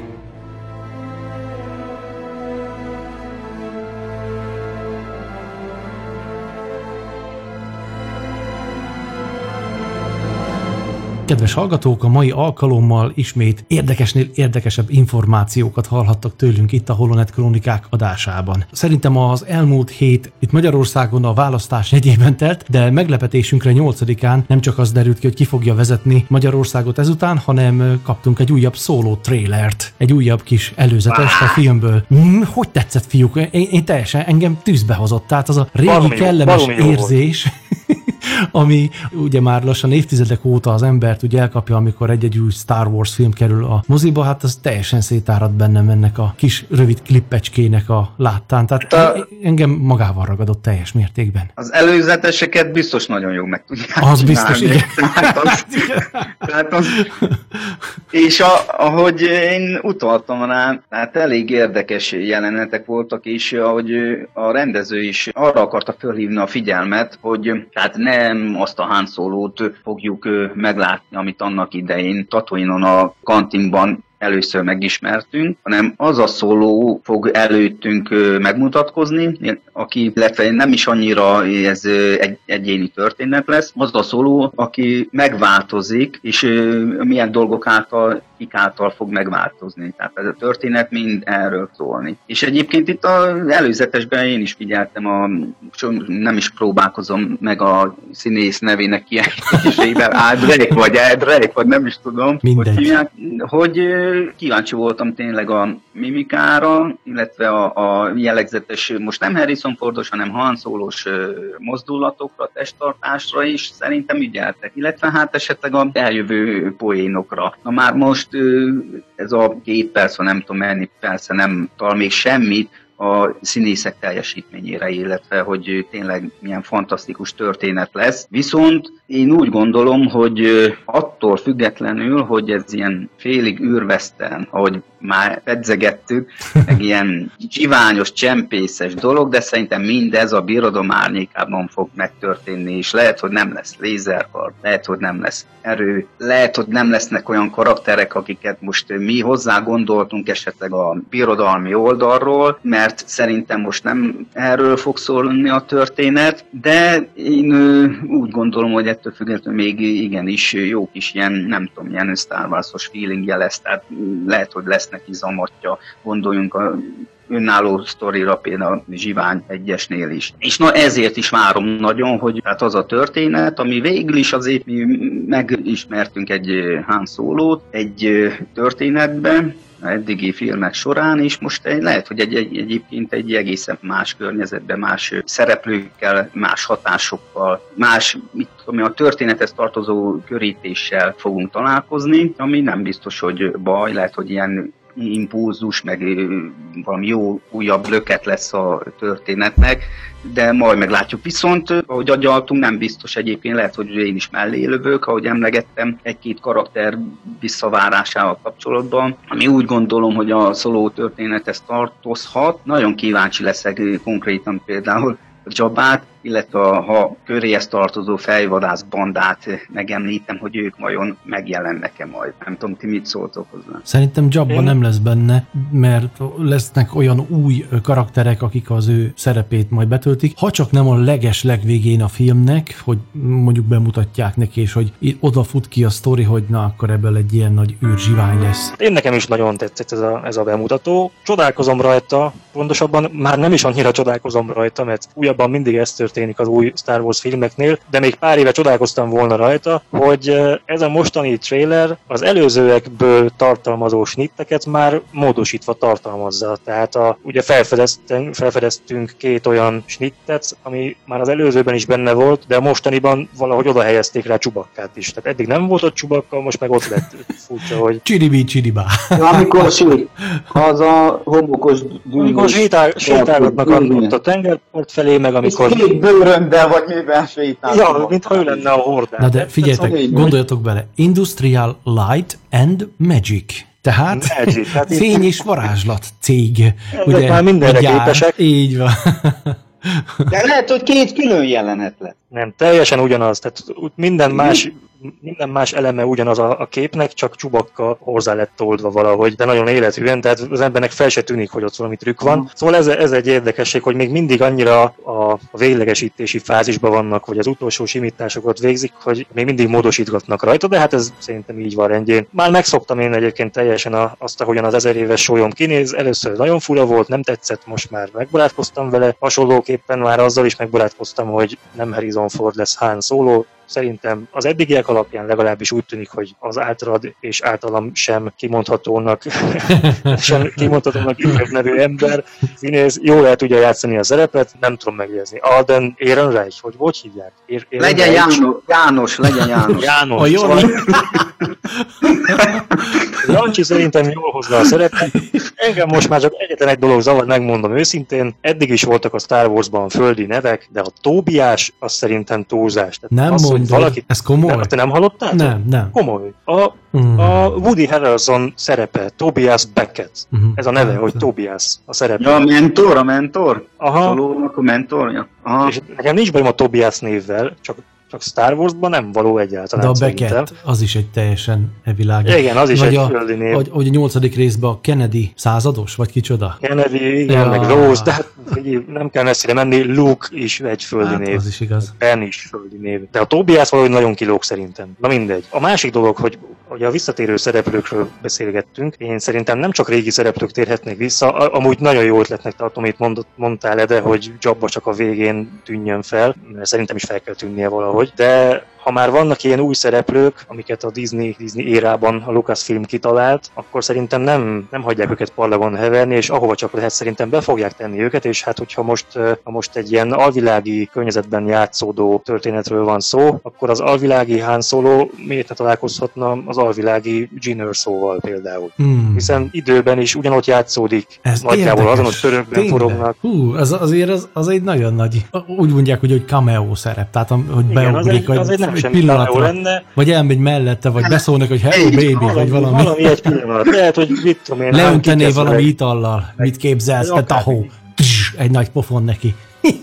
Kedves hallgatók, a mai alkalommal ismét érdekesnél érdekesebb információkat hallhattak tőlünk itt a Holonet Krónikák adásában. Szerintem az elmúlt hét itt Magyarországon a választás jegyében telt, de meglepetésünkre 8-án nem csak az derült ki, hogy ki fogja vezetni Magyarországot ezután, hanem kaptunk egy újabb szóló trailert, egy újabb kis előzetest a filmből. Hogy tetszett, fiúk? Én teljesen engem tűzbe hozott, tehát az a régi kellemes érzés, ami ugye már lassan évtizedek óta az embert ugye elkapja, amikor egy-egy új Star Wars film kerül a moziba, hát az teljesen szétárad bennem ennek a kis rövid klippecskének a láttán. Tehát engem magával ragadott teljes mértékben. Az előzeteseket biztos nagyon jó meg tudják az biztos, igen. És ahogy én utaltam rá, tehát elég érdekes jelenetek voltak, és ahogy a rendező is arra akarta fölhívni a figyelmet, hogy tehát nem azt a Han Solót fogjuk meglátni, amit annak idején Tatooine-on a kantinban először megismertünk, hanem az a Solo fog előttünk megmutatkozni, aki, illetve nem is annyira ez egy egyéni történet lesz, az a Solo, aki megváltozik, és milyen dolgok által, kik által fog megváltozni. Tehát ez a történet mind erről szólni. És egyébként itt az előzetesben én is figyeltem, nem is próbálkozom meg a színész nevének kiejtésével, Drake, vagy nem is tudom, hogy kíváncsi voltam tényleg a mimikára, illetve a jellegzetes, most nem Harrison Fordos, hanem Han Solós mozdulatokra, testtartásra is szerintem ügyeltek, illetve hát esetleg a eljövő poénokra. Na már most ez a 2 perc, nem tudom menni, persze nem tal még semmit a színészek teljesítményére, illetve hogy tényleg milyen fantasztikus történet lesz. Viszont én úgy gondolom, hogy attól függetlenül, hogy ez ilyen félig űrvesztern, ahogy már edzegettük, meg ilyen zsiványos, csempészes dolog, de szerintem mindez a Birodalom árnyékában fog megtörténni, és lehet, hogy nem lesz lézerkard, lehet, hogy nem lesz erő, lehet, hogy nem lesznek olyan karakterek, akiket most mi hozzá gondoltunk esetleg a birodalmi oldalról, mert szerintem most nem erről fog szólni a történet, de én úgy gondolom, hogy ettől függetlenül még igenis jó kis ilyen, nem tudom, ilyen Star Wars-os feelingje lesz, tehát lehet, hogy lesznek izamatja, gondoljunk a önálló sztorira, például Zsivány 1-esnél is. És na ezért is várom nagyon, hogy hát az a történet, ami végül is azért mi megismertünk egy Han Solót egy történetben, eddigi filmek során, és most lehet, hogy egyébként egy egészen más környezetben, más szereplőkkel, más hatásokkal, más, a történethez tartozó körítéssel fogunk találkozni, ami nem biztos, hogy baj, lehet, hogy ilyen impulzus, meg valami jó újabb löket lesz a történetnek, de majd meglátjuk. Viszont, ahogy agyaltunk, nem biztos egyébként, lehet, hogy én is mellé lövök, ahogy emlegettem, egy-két karakter visszavárásával kapcsolatban, ami úgy gondolom, hogy a Solo történethez tartozhat. Nagyon kíváncsi leszek konkrétan például Jabbát, illetve ha köréhez tartozó fejvadász bandát megemlítem, hogy ők vajon megjelennek-e majd. Nem tudom, ti mit szóltok hozzá? Szerintem Jabba nem lesz benne, mert lesznek olyan új karakterek, akik az ő szerepét majd betöltik. Ha csak nem a legvégén a filmnek, hogy mondjuk bemutatják neki, és hogy odafut ki a sztori, hogy na, akkor ebből egy ilyen nagy űrzsivány lesz. Én nekem is nagyon tetszett ez a bemutató. Csodálkozom rajta, pontosabban már nem is annyira csodálkozom rajta, mert újabban mindig ez történik az új Star Wars filmeknél, de még pár éve csodálkoztam volna rajta, hogy ez a mostani trailer az előzőekből tartalmazó snitteket már módosítva tartalmazza. Tehát ugye felfedeztünk 2 olyan snittet, ami már az előzőben is benne volt, de mostaniban valahogy oda helyezték rá Chewbaccát is. Tehát eddig nem volt ott Chewbacca, most meg ott lett. Furcsa, hogy... Csiribá. Amikor az a homokos amikor sétálgatnak ott a tengerpart felé, meg amikor... Két bőröndel vagy mivel sétálnak. Ja, mintha ő lenne a hordán. Na de figyeljetek, gondoljatok bele. Industrial Light and Magic. Tehát fény és varázslat cég. Ugye, már mindenre képesek. Így van. De lehet, hogy 2 külön jelenet lett. Nem, teljesen ugyanaz. Tehát minden minden más eleme ugyanaz a képnek, csak Chewbacca hozzá lett oldva valahogy, de nagyon élethűen, tehát az embernek fel se tűnik, hogy ott valami trükk van. Szóval ez egy érdekesség, hogy még mindig annyira a véglegesítési fázisban vannak, vagy az utolsó simításokat végzik, hogy még mindig módosítgatnak rajta, de hát ez szerintem így van rendjén. Már megszoktam én egyébként teljesen azt, ahogyan az 1000 éves sólyom kinéz. Először nagyon fura volt, nem tetszett, most már megbarátkoztam vele. Hasonlóképpen már azzal is megbarátkoztam, hogy nem Harrison Ford lesz Han Solo. Szerintem az eddigiek alapján legalábbis úgy tűnik, hogy az általad és általam sem kimondhatónak inkább nevű ember színész jól el tudja játszani a szerepet, nem tudom megjegyezni. Alden Ehrenreich, hogy hívják? Legyen János, legyen János. János. A Jani. Jancsi szerintem jól hozza a szerepet. Engem most már csak egyetlen egy dolog zavar, megmondom őszintén. Eddig is voltak a Star Warsban földi nevek, de a Tóbiás az szerintem túlzás. Nem az, mondod, valaki... ez komoly? Te nem hallottál? Nem. Komoly. A Woody Harrelson szerepe, Tobias Beckett. Ez a neve, hogy Tobias a szerepe. Ja, a mentor? Aha. Szolónak a mentorja? Aha. És nekem nincs bajom a Tobias névvel, csak Star Warsban nem való egyáltalán. De a Beckett, az is egy teljesen világos. Igen, az is vagy egy földi név. Vagy a 8. részben a Kennedy százados, vagy kicsoda? Kennedy, igen, meg Rose, de hát nem kell messzire menni, Luke is egy földi név. Az is igaz. Ben is földi név. De a Tobias valahogy nagyon kilóg szerintem. Na mindegy. A másik dolog, hogy a visszatérő szereplőkről beszélgettünk, én szerintem nem csak régi szereplők térhetnek vissza, amúgy nagyon jó ötletnek tartom, amit mondtál, Ede, hogy Jabba csak a végén tűnjön fel, mert szerintem is fel kell tűnnie valahogy, de ha már vannak ilyen új szereplők, amiket a Disney érában a Lucasfilm kitalált, akkor szerintem nem hagyják őket parlagon heverni, és ahova csak lehet szerintem be fogják tenni őket, és hát hogyha most egy ilyen alvilági környezetben játszódó történetről van szó, akkor az alvilági Han Solo miért ne találkozhatna az alvilági Jyn Erso-val például. Hiszen időben is ugyanott játszódik, nagyjából azon, hogy törökben forognak. Az egy nagyon nagy, úgy mondják, hogy cameo szerep, tehát hogy beugrik, egy pillanatra, lenne. Vagy elmegy mellette, vagy beszólnak, hogy hello baby, vagy valami. Valami egy pillanat. Lehet, hogy mit tudom én. Leöntené valami itallal. Mit képzelsz, te tahó. Egy nagy pofon neki.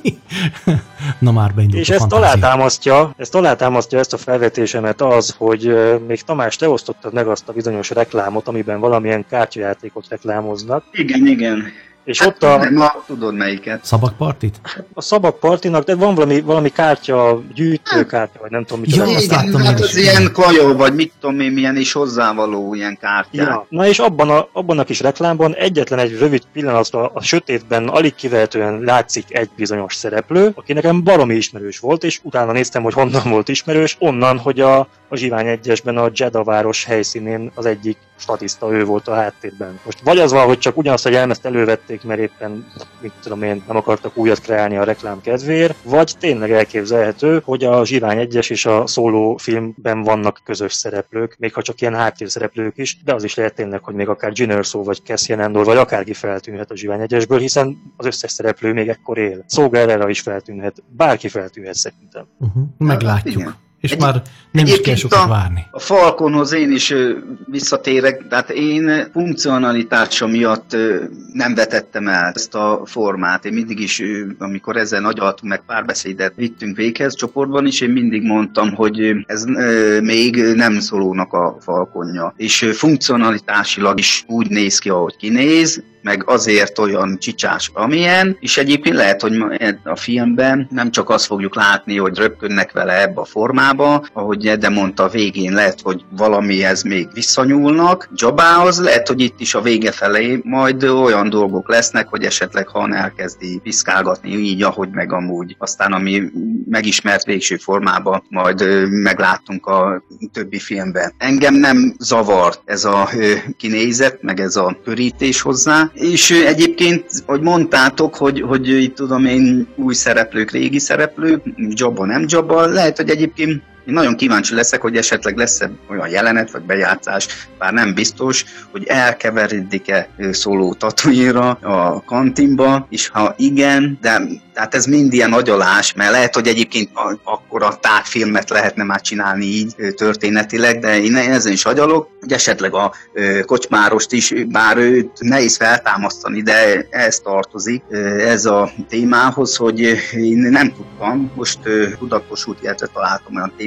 Na már beindult és a fantázia. Ezt alátámasztja ezt a felvetésemet az, hogy még Tamás, te osztottad meg azt a bizonyos reklámot, amiben valamilyen kártyajátékot reklámoznak. Igen. És ott a... tudod melyiket. Szabadpartit? A szabadpartinak, de van valami kártya, gyűjtőkártya, vagy nem tudom micsoda. Ja, igen, hát az ilyen kajó, vagy mit tudom én, milyen is hozzávaló ilyen kártyák. Ja. Na és abban a kis reklámban egyetlen egy rövid pillanatra a sötétben alig kivehetően látszik egy bizonyos szereplő, aki nekem baromi ismerős volt, és utána néztem, hogy honnan volt ismerős, onnan, hogy a Zsivány 1-esben a Jedha város helyszínén az egyik statiszta, ő volt a háttérben. Most vagy az van, hogy csak ugyanazt a jelmezt elővették, mert éppen, mit tudom én, nem akartak újat kreálni a reklám kedvéért, vagy tényleg elképzelhető, hogy a Zsivány 1-es és a Solo filmben vannak közös szereplők, még ha csak ilyen háttérszereplők is, de az is lehet tényleg, hogy még akár Jyn Erso, vagy Cassian Andor, vagy akárki feltűnhet a Zsivány 1-esből, hiszen az összes szereplő még ekkor él. Saw Gerrera is feltűnhet, bárki feltűnhet szerintem. Meglátjuk. És már nem is kell sokat várni. A Falconhoz én is visszatérek, tehát én funkcionalitása miatt nem vetettem el ezt a formát. Én mindig is, amikor ezen agyaltunk, meg párbeszédet vittünk véghez csoportban is, én mindig mondtam, hogy ez még nem Szolónak a Falconja. És funkcionalitásilag is úgy néz ki, ahogy kinéz, meg azért olyan csicsás, amilyen, és egyébként lehet, hogy a filmben nem csak azt fogjuk látni, hogy röpködnek vele ebbe a formába, ahogy Ede mondta, a végén lehet, hogy valamihez még visszanyúlnak Jabához, lehet, hogy itt is a vége felé majd olyan dolgok lesznek, hogy esetleg Han elkezdi piszkálgatni így, ahogy meg amúgy. Aztán ami megismert végső formában majd megláttunk a többi filmben. Engem nem zavart ez a kinézet, meg ez a körítés hozzá, és egyébként, hogy mondtátok, hogy itt tudom én új szereplők, régi szereplők, Jabba, nem Jabba, lehet, hogy egyébként én nagyon kíváncsi leszek, hogy esetleg lesz olyan jelenet, vagy bejátszás, bár nem biztos, hogy elkeveredik-e Solo Tatooine-ra a kantinba, és ha igen, de tehát ez mind ilyen agyalás, mert lehet, hogy egyébként akkor a tárgyfilmet lehetne már csinálni így történetileg, de én ezen is agyalok, hogy esetleg a kocsmárost is, bár őt nehéz feltámasztani, de ez tartozik ez a témához, hogy én nem tudtam, most tudatosult, illetve találtam olyan témát,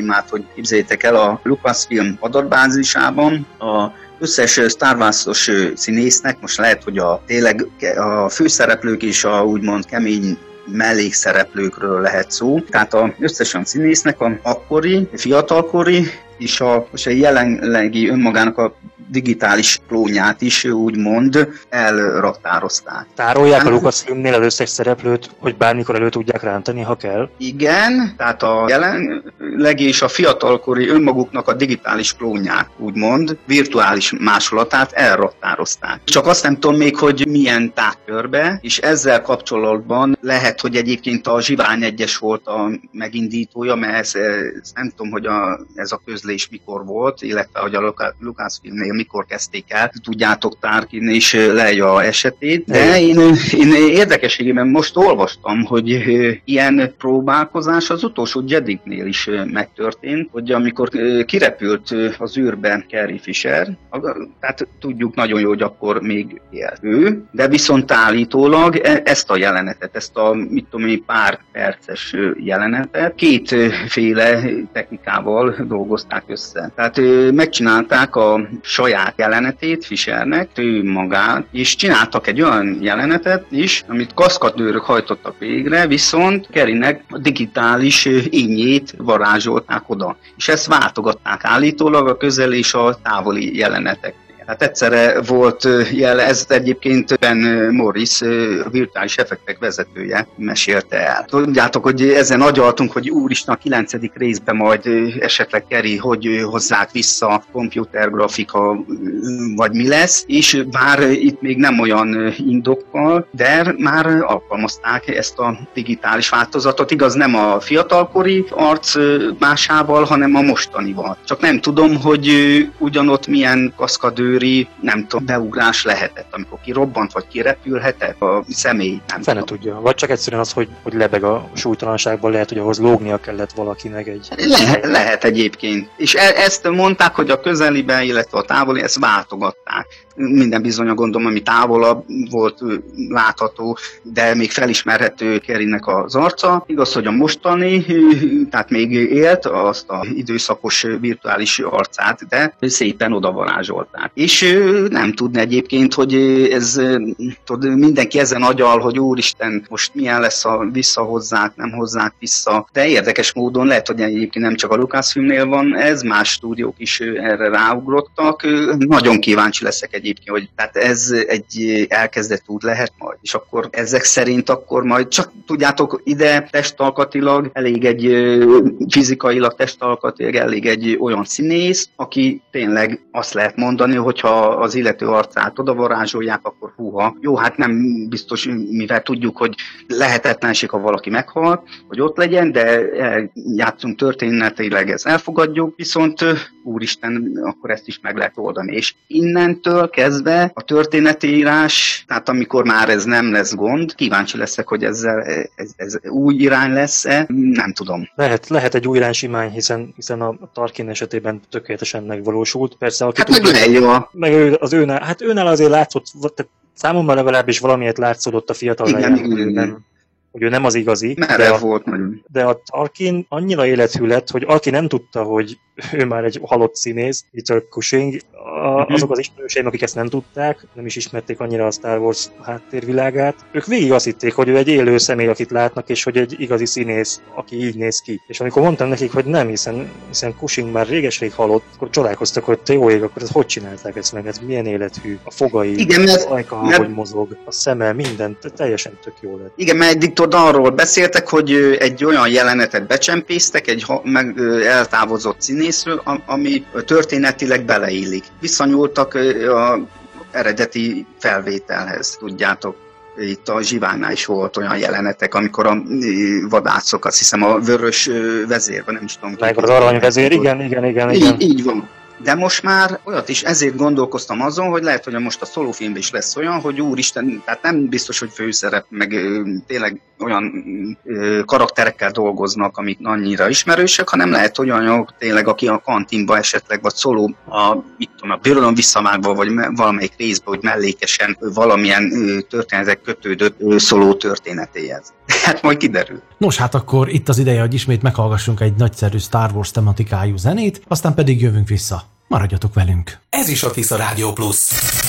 problémát, hogy képzeljétek el, a Lucasfilm adatbázisában a összes Star Wars-os színésznek, most lehet, hogy tényleg a főszereplők és a úgymond kemény mellékszereplőkről lehet szó. Tehát az összes színésznek a akkori, fiatalkori és a jelenlegi önmagának a digitális klónját is úgymond elraktározták. Tárolják a Lucasfilmnél az összes szereplőt, hogy bármikor elő tudják rántani, ha kell? Igen, tehát a jelenlegi és a fiatalkori önmaguknak a digitális klónját, úgymond virtuális másolatát elraktározták. Csak azt nem tudom még, hogy milyen távkörbe, és ezzel kapcsolatban lehet, hogy egyébként a Zsivány 1-es volt a megindítója, mert ez nem tudom, hogy ez a közlés mikor volt, illetve hogy a Lucasfilmnél mikor kezdték el, tudjátok Tarkin és Leia esetét, de én érdekességében most olvastam, hogy ilyen próbálkozás az utolsó Jediknél is megtörtént, hogy amikor kirepült az űrbe Carrie Fisher, tehát tudjuk nagyon jó, hogy akkor még élt ő, de viszont állítólag ezt a jelenetet, ezt a pár perces jelenetet kétféle technikával dolgozták össze. Tehát megcsinálták a saját jelenetét Fishernek, ő magát, és csináltak egy olyan jelenetet is, amit kaszkadőrök hajtottak végre, viszont Carrie-nek a digitális énjét varázsolták oda. És ezt váltogatták állítólag a közel és a távoli jelenetek. Hát egyszerre volt ez egyébként Ben Morris, a virtuális effektek vezetője mesélte el. Tudjátok, hogy ezen agyaltunk, hogy úristen a 9. részben majd esetleg Carrie, hogy hozzák vissza komputergrafika, vagy mi lesz, és bár itt még nem olyan indokkal, de már alkalmazták ezt a digitális változatot. Igaz, nem a fiatalkori arc másával, hanem a mostanival. Csak nem tudom, hogy ugyanott milyen kaszkadőr nem tudom, beugrás lehetett, amikor kirobbant, vagy kirepülhetett a személy. Fene tudja. Vagy csak egyszerűen az, hogy lebeg a súlytalanságban, lehet, hogy ahhoz lógnia kellett valakinek egy... Lehet egyébként. És ezt mondták, hogy a közeliben, illetve a távoli, ezt váltogatták. Minden bizony, gondolom, ami távolabb volt látható, de még felismerhető Carrie-nek az arca. Igaz, hogy a mostani, tehát még élt azt az időszakos virtuális arcát, de szépen odavarázsolták. És nem tudni egyébként, hogy ez, mindenki ezen agyal, hogy úristen, most milyen lesz, ha visszahozzák, nem hozzák vissza. De érdekes módon lehet, hogy egyébként nem csak a Lucasfilmnél van ez, más stúdiók is erre ráugrottak. Nagyon kíváncsi leszek egyébként, hogy tehát ez egy elkezdett út lehet majd, és akkor ezek szerint akkor majd csak tudjátok, ide testalkatilag elég egy fizikailag testalkatilag elég egy olyan színész, aki tényleg azt lehet mondani, hogyha az illető arcát odavarázsolják, akkor húha. Jó, hát nem biztos, mivel tudjuk, hogy lehetetlenség, ha valaki meghal, hogy ott legyen, de játszunk történetileg, ezt elfogadjuk, viszont úristen, akkor ezt is meg lehet oldani. És innentől kezdve a történetírás, tehát amikor már ez nem lesz gond, kíváncsi leszek, hogy ez új irány lesz-e, nem tudom. Lehet egy új irány simán, hiszen a Tarkin esetében tökéletesen megvalósult. Persze, aki meg őnál azért látszott, tehát számomra legalábbis valamiért látszódott a fiatal lejjel, hogy ő nem az igazi. De a Tarkin annyira élethű lett, hogy aki nem tudta, hogy ő már egy halott színész, Peter Cushing, azok az ismerőseim, akik ezt nem tudták, nem is ismerték annyira a Star Wars háttérvilágát, ők végig azt hitték, hogy ő egy élő személy, akit látnak, és hogy egy igazi színész, aki így néz ki. És amikor mondtam nekik, hogy nem, hiszen Cushing már réges-rég halott, akkor csodálkoztak, hogy te jó ég, akkor ezt hogy csinálták ezt meg, ez milyen élethű, a fogai, igen, az ajka, ahogy mozog, a szeme, minden, teljesen tök jó lett. Igen, mert eddig arról beszéltek, hogy egy olyan jelenetet becsempésztek, egy eltávozott színészről, ami történetileg beleillik. Visszanyúltak az eredeti felvételhez, tudjátok. Itt a Zsiványnál is volt olyan jelenetek, amikor a vadászok, azt hiszem a vörös vezérben, nem is tudom. Meg az aranyvezér, igen. Így van. De most már olyat is, ezért gondolkoztam azon, hogy lehet, hogy most a szólófilmben is lesz olyan, hogy úristen, tehát nem biztos, hogy főszerep, meg tényleg olyan karakterekkel dolgoznak, amik annyira ismerősek, hanem lehet, hogy olyanok tényleg, aki a kantinba esetleg, vagy szóló, a Birodalom visszavágva, vagy valamelyik részben, hogy mellékesen valamilyen történetek kötődött szóló történetéhez. Hát majd kiderül. Nos, hát akkor itt az ideje, hogy ismét meghallgassunk egy nagyszerű Star Wars tematikájú zenét, aztán pedig jövünk vissza. Maradjatok velünk! Ez is a Tisza Rádió Plusz.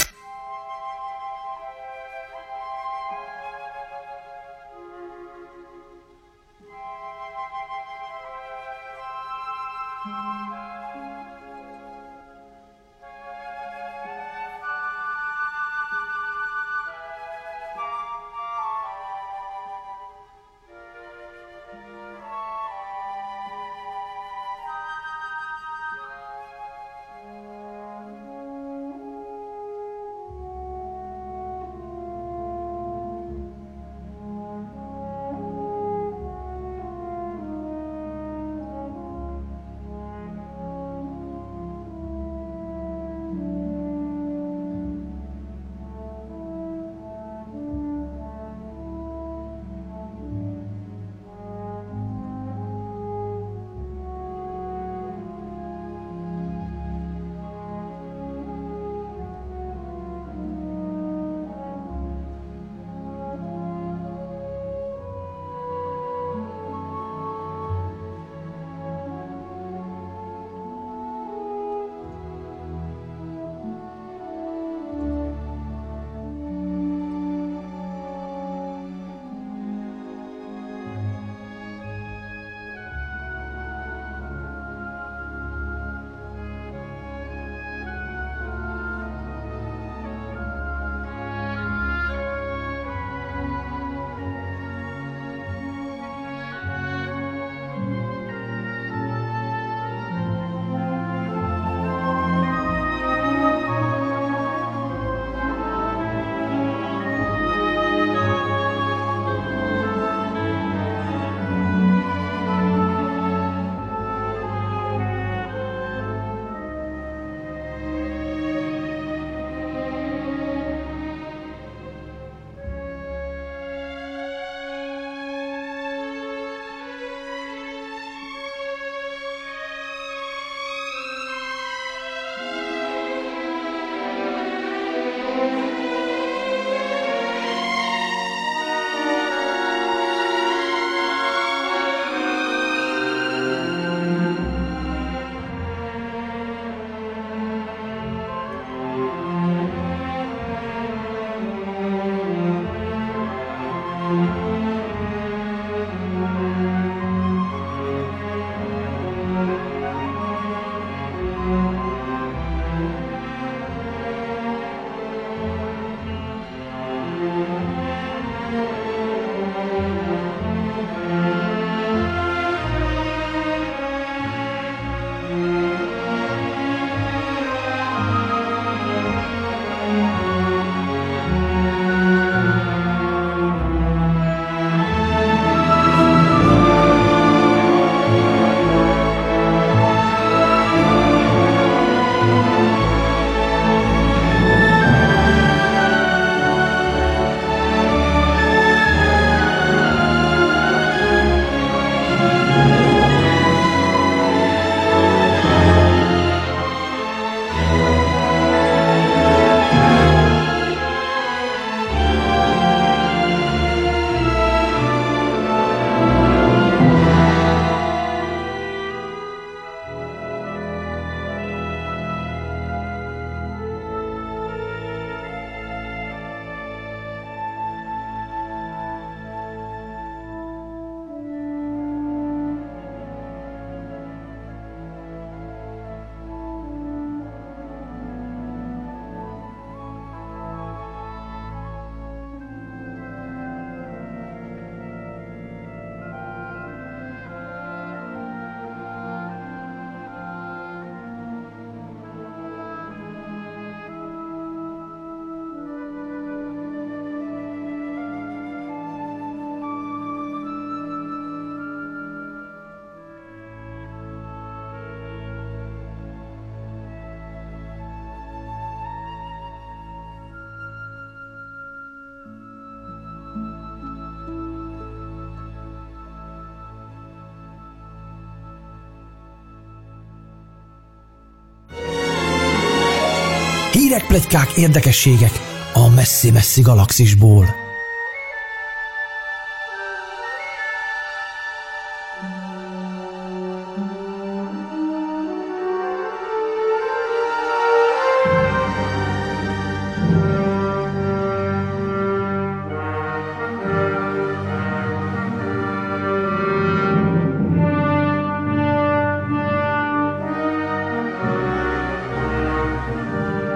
Hírek, pletykák, érdekességek a messzi-messzi galaxisból.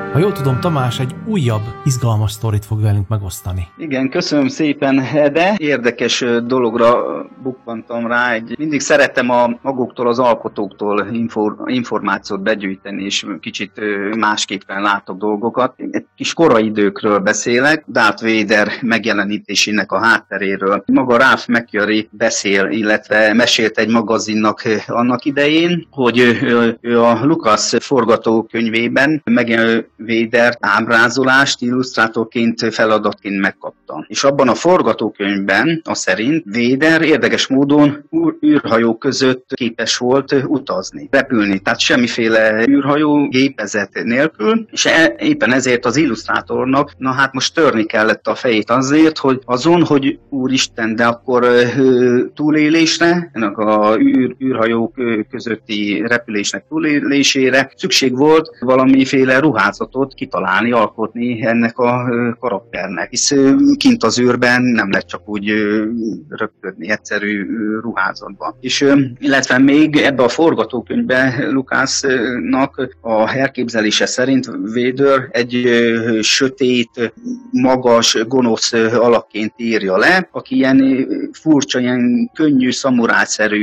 Ha jól tudom, Tamás egy újabb, izgalmas sztorit fog velünk megosztani. Igen, köszönöm szépen, de érdekes dologra bukkantam rá. Mindig szeretem a maguktól, az alkotóktól információt begyűjteni, és kicsit másképpen látok dolgokat. Egy kis korai időkről beszélek, Darth Vader megjelenítésének a hátteréről. Maga Ralph McQuarrie beszél, illetve mesélt egy magazinnak annak idején, hogy ő a Lucas forgatókönyvében megjelenő Vader ábrázolást illusztrátorként, feladatként megkapta. És abban a forgatókönyvben, a szerint Vader érdekes módon űrhajók között képes volt utazni, repülni, tehát semmiféle űrhajó gépezet nélkül, és éppen ezért az illusztrátornak, most törni kellett a fejét azért, hogy azon, hogy úristen, de akkor túlélésre, ennek a űrhajók közötti repülésnek túlélésére szükség volt valamiféle ruházatot kitalálni, alkotni ennek a karakternek. Hisz kint az űrben nem lehet csak úgy röpködni egyszerű ruházatban. És illetve még ebbe a forgatókönyvben Lucasnak a elképzelése szerint Vader egy sötét, magas, gonosz alakként írja le, aki ilyen furcsa, ilyen könnyű, szamurájszerű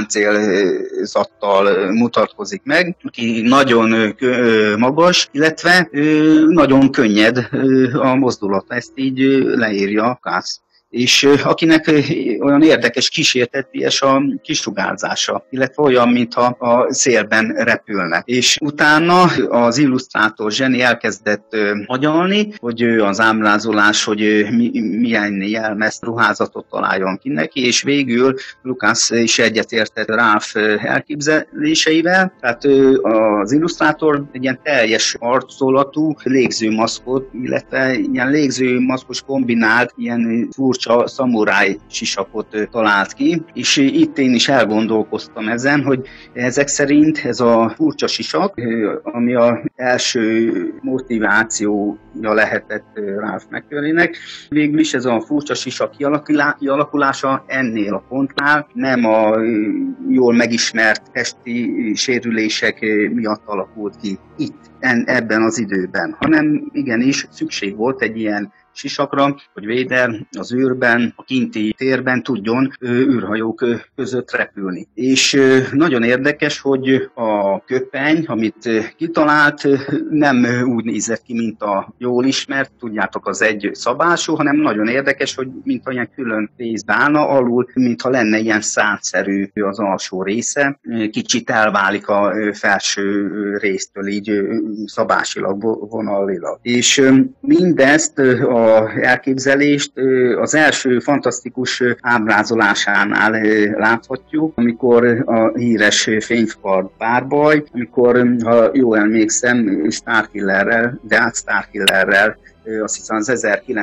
páncélzattal mutatkozik meg, aki nagyon magas, illetve nagyon könnyed a mozdulata, ezt így leírja Lucas. És akinek olyan érdekes, kísérteties a kisugárzása, illetve olyan, mintha a szélben repülne. És utána az illusztrátor zseni elkezdett agyalni, hogy az ábrázolás, hogy milyen jelmezt, ruházatot találjon ki neki, és végül Lucas is egyetértett Ralph elképzeléseivel, tehát az illusztrátor egy ilyen teljes arcolatú légzőmaszkot, illetve ilyen légzőmaszkos kombinált, ilyen furcsa szamuráj sisakot talált ki, és itt én is elgondolkoztam ezen, hogy ezek szerint ez a furcsa sisak, ami az első motivációja lehetett Ralph McQuarrie-nek, végül is ez a furcsa sisak kialakulása ennél a pontnál nem a jól megismert testi sérülések miatt alakult ki itt, ebben az időben, hanem igenis szükség volt egy ilyen sisakra, hogy Vader az űrben, a kinti térben tudjon űrhajók között repülni. És nagyon érdekes, hogy a köpeny, amit kitalált, nem úgy nézett ki, mint a jól ismert, tudjátok, az egy szabású, hanem nagyon érdekes, hogy mintha ilyen külön részbe állna, alul, mintha lenne ilyen szálszerű az alsó része, kicsit elválik a felső résztől, így szabásilag, vonalilag. És mindezt a elképzelést az első fantasztikus ábrázolásánál láthatjuk, amikor a híres fénykard párbaj, amikor, ha jól emlékszem, Starkillerrel, Death Starkillerrel, azt hiszem az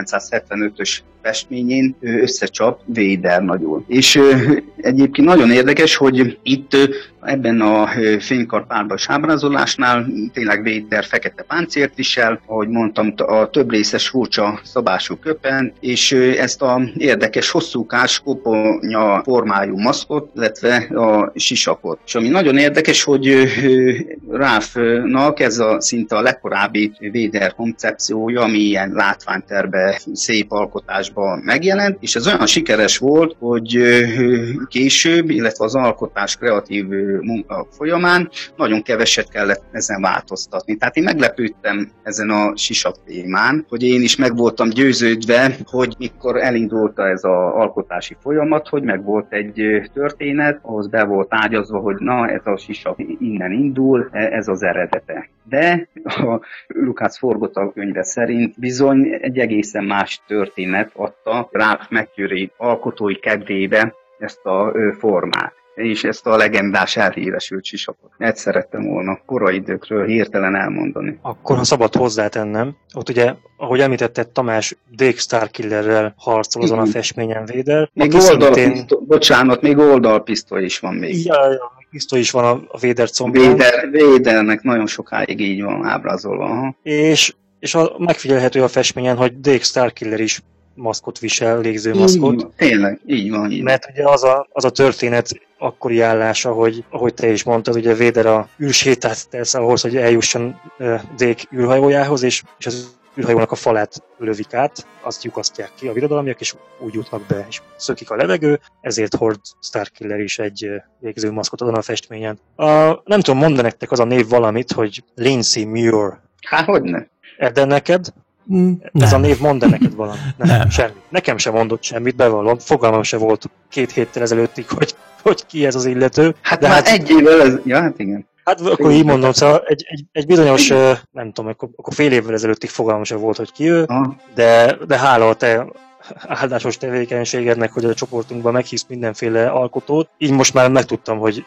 1975-ös festményén összecsap Vader nagyon. És egyébként nagyon érdekes, hogy itt ebben a fénykard párbajs ábrázolásnál tényleg Vader fekete páncélt visel, ahogy mondtam, a több részes furcsa szabású köpen, és ezt a érdekes hosszúkás koponya formájú maszkot, illetve a sisakot. És ami nagyon érdekes, hogy Ralphnak ez a szinte a legkorábbi Vader koncepciója, ami ilyen látványterve, szép alkotásban megjelent, és ez olyan sikeres volt, hogy később, illetve az alkotás kreatív munka folyamán nagyon keveset kellett ezen változtatni. Tehát én meglepődtem ezen a sisak témán, hogy én is meg voltam győződve, hogy mikor elindulta ez az alkotási folyamat, hogy meg volt egy történet, ahhoz be volt ágyazva, hogy na, ez a sisak innen indul, ez az eredete. De a Lucas forgatókönyve szerint bizony egy egészen más történet adta Ralph McQuarrie alkotói kedvébe ezt a formát, és ezt a legendás elhíresült sisakot. Ezt szerettem volna korai időkről hirtelen elmondani. Akkor, ha szabad hozzátennem, ott ugye, ahogy említetted, Tamás Dake Starkillerrel harcol azon a festményen Vader. Még oldalpisztoly is van még. Ja, pisztoly is van a Vader combján. Vadernek nagyon sokáig így van ábrázolva. Aha. És megfigyelhető a festményen, hogy Dake Starkiller is maszkot visel, légző maszkot. Tényleg, így van. Mert ugye az a történet akkori állása, hogy ahogy te is mondtad, ugye Vader a űrsétát tesz ahhoz, hogy eljusson Deke űrhajójához, és az űrhajónak a falát lövik át, azt lyukasztják ki a birodalmiak, és úgy jutnak be, és szökik a levegő, ezért hord Starkiller is egy légző maszkot azon a festményen. Nem tudom, mondani nektek az a név valamit, hogy Lindsay Muir. Hát hogyne? De neked? Ez a név mond neked valamit? Nem. Semmi. Nekem sem mondott semmit, bevallom. Fogalmam se volt 2 héttel ezelőttig, hogy ki ez az illető. Hát de már egy évvel hát igen. Hát akkor így mondom, szóval egy bizonyos, nem tudom, akkor fél évvel ezelőttig fogalmam sem volt, hogy ki ő, de hála a te áldásos tevékenységednek, hogy a csoportunkban meghívsz mindenféle alkotót. Így most már megtudtam, hogy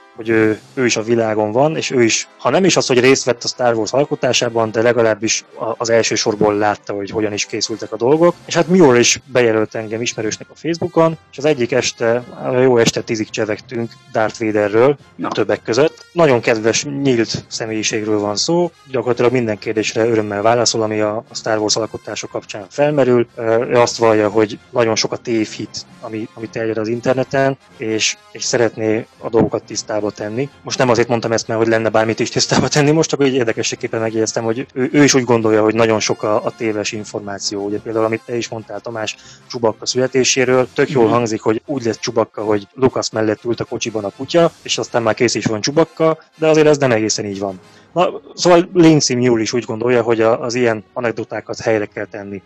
ő is a világon van, és ő is, ha nem is az, hogy részt vett a Star Wars alkotásában, de legalábbis az első sorból látta, hogy hogyan is készültek a dolgok. És hát Muir is bejelölt engem ismerősnek a Facebookon, és az egyik este, jó este 10-ig csevegtünk Darth Vaderről, többek között. Nagyon kedves, nyílt személyiségről van szó, gyakorlatilag minden kérdésre örömmel válaszol, ami a Star Wars alkotások kapcsán felmerül. Ő azt vallja, hogy nagyon sok a tévhit, ami terjed az interneten, és szeretné a dolgokat tisztába tenni. Most nem azért mondtam ezt, mert hogy lenne bármit is tisztába tenni, most csak így érdekességképpen megjegyeztem, hogy ő is úgy gondolja, hogy nagyon sok a téves információ. Ugye például, amit te is mondtál, Tamás, Chewbacca születéséről, tök jól hangzik, hogy úgy lett Chewbacca, hogy Lucas mellett ült a kocsiban a kutya, és aztán már kész is van Chewbacca, de azért ez nem egészen így van. Na, szóval Lindsay Muir is úgy gondolja, hogy az ilyen anekdotákat helyre kell tenni.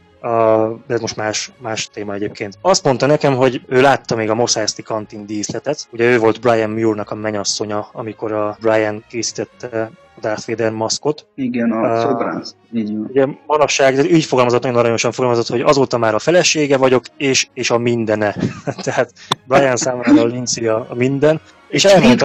De ez most más téma egyébként. Azt mondta nekem, hogy ő látta még a Mos Eisley kantin díszletet. Ugye ő volt Brian Muirnak a mennyasszonya, amikor a Brian készítette a Darth Vader maszkot. Igen, a szobrász. Ugye manapság így fogalmazott, nagyon aranyosan fogalmazott, hogy azóta már a felesége vagyok, és a mindene. Tehát Brian számára a Lindsay a minden. És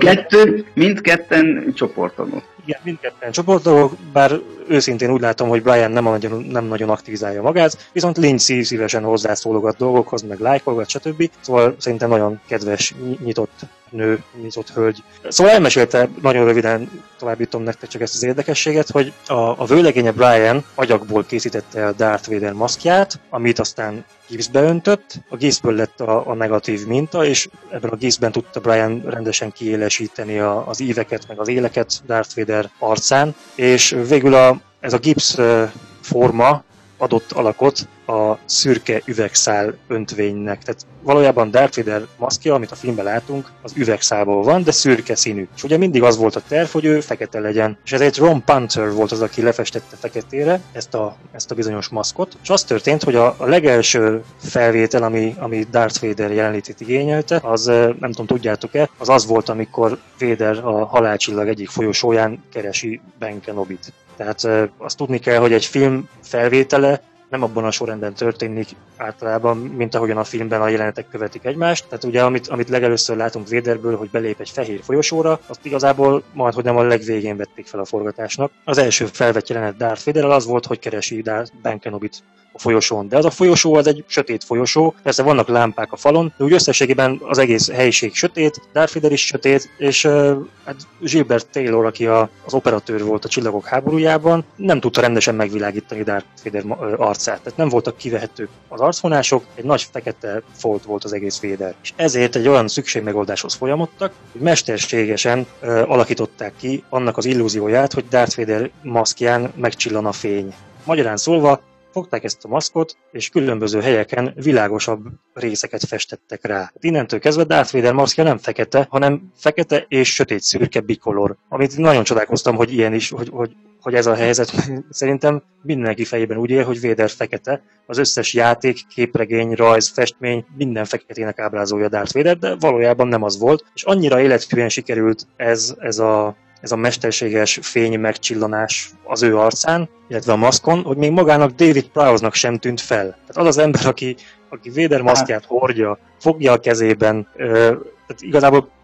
mindketten csoporttagok. Igen, mindketten csoporttagok, bár őszintén úgy látom, hogy Brian nem nagyon aktivizálja magát, viszont Lindsay szívesen hozzászólogat dolgokhoz, meg lájkolgat, stb. Szóval szerintem nagyon kedves, nyitott nő, nyitott hölgy. Szóval elmesélte, nagyon röviden továbbítom nektek csak ezt az érdekességet, hogy a vőlegénye Brian agyagból készítette a Darth Vader maszkját, amit aztán gipszbe öntött, a gipszből lett a negatív minta, és ebben a gipszben tudta Brian rendesen kiélesíteni az íveket, meg az éleket Darth Vader arcán, és végül ez a gipsz forma adott alakot a szürke üvegszál öntvénynek. Tehát valójában Darth Vader maszkja, amit a filmben látunk, az üvegszálból van, de szürke színű. És ugye mindig az volt a terv, hogy ő fekete legyen. És ezért Ron Punter volt az, aki lefestette feketére ezt a bizonyos maszkot. És az történt, hogy a legelső felvétel, ami Darth Vader jelenlétét igényelte, az, nem tudom, tudjátok-e, az volt, amikor Vader a halálcsillag egyik folyosóján keresi Ben Kenobit. Tehát azt tudni kell, hogy egy film felvétele nem abban a sorrendben történik általában, mint ahogyan a filmben a jelenetek követik egymást. Tehát ugye, amit legelőször látunk Vaderből, hogy belép egy fehér folyosóra, azt igazából majdhogy nem a legvégén vették fel a forgatásnak. Az első felvett jelenet Darth Vaderrel az volt, hogy keresi Ben Kenobit a folyosón. De az a folyosó az egy sötét folyosó, persze vannak lámpák a falon, de úgy összességében az egész helyiség sötét, Darth Vader is sötét, és hát Gilbert Taylor, aki az operatőr volt a Csillagok háborújában, nem tudta rendesen megvilágítani Darth Vader arcát. Tehát nem voltak kivehetők az arcvonások, egy nagy fekete folt volt az egész Vader. És ezért egy olyan szükségmegoldáshoz folyamodtak, hogy mesterségesen alakították ki annak az illúzióját, hogy Darth Vader maszkján megcsillan a fény. Magyarán szólva, fogták ezt a maszkot, és különböző helyeken világosabb részeket festettek rá. Innentől kezdve Darth Vader maszkja nem fekete, hanem fekete és sötét szürke bikolor. Amit nagyon csodálkoztam, hogy ilyen is, hogy ez a helyzet. Szerintem mindenki fejében úgy él, hogy Vader fekete. Az összes játék, képregény, rajz, festmény minden feketének ábrázolja Darth Vader, de valójában nem az volt. És annyira élethűen sikerült ez a mesterséges fény megcsillanás az ő arcán, illetve a maszkon, hogy még magának David Prowse-nak sem tűnt fel. Tehát az az ember, aki Vader maszkját hordja, fogja a kezében, tehát igazából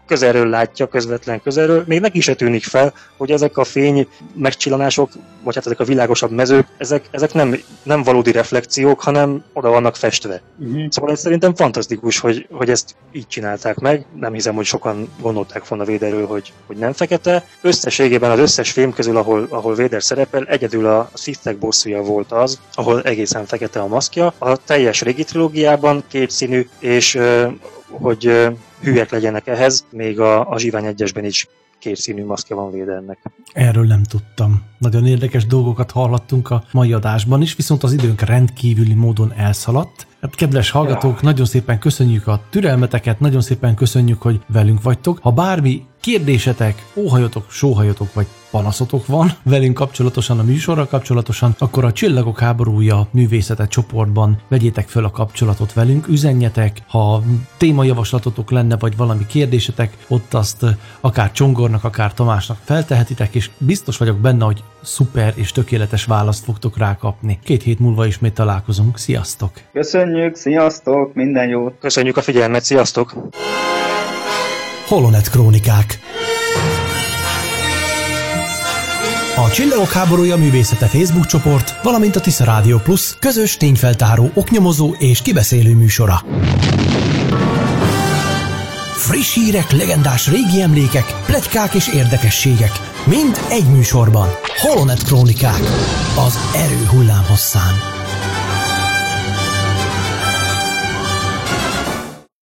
közelről látja, közvetlen közelről, még neki se tűnik fel, hogy ezek a fény megcsillanások, vagy hát ezek a világosabb mezők, ezek nem valódi reflekciók, hanem oda vannak festve. Szóval ez szerintem fantasztikus, hogy ezt így csinálták meg. Nem hiszem, hogy sokan gondolták volna Vaderről, hogy nem fekete. Összességében az összes film közül, ahol Vader szerepel, egyedül a Sith-ek bosszúja volt az, ahol egészen fekete a maszkja. A teljes régi trilógiában kétszínű, és hogy hülyek legyenek ehhez, még a Zsivány 1-esben is kétszínű maszkja van Vadernek. Erről nem tudtam. Nagyon érdekes dolgokat hallhattunk a mai adásban is, viszont az időnk rendkívüli módon elszaladt. Hát, kedves hallgatók, nagyon szépen köszönjük a türelmeteket, nagyon szépen köszönjük, hogy velünk vagytok. Ha bármi kérdésetek, óhajotok, sóhajotok vagy panaszotok van velünk kapcsolatosan, a műsorral kapcsolatosan, akkor a Csillagok háborúja művészete csoportban vegyétek föl a kapcsolatot velünk, üzenjetek, ha témajavaslatotok lenne, vagy valami kérdésetek, ott azt akár Csongornak, akár Tamásnak feltehetitek, és biztos vagyok benne, hogy szuper és tökéletes választ fogtok rákapni. 2 hét múlva ismét találkozunk. Sziasztok! Köszönjük, sziasztok, minden jót! Köszönjük a figyelmet, sziasztok! Holonet Krónikák. A Csillagok háborúja művészete Facebook csoport, valamint a Tisza Rádió Plus közös tényfeltáró, oknyomozó és kibeszélő műsora. Friss hírek, legendás régi emlékek, pletykák és érdekességek. Mind egy műsorban. Holonet Krónikák. Az erő hullámhosszán.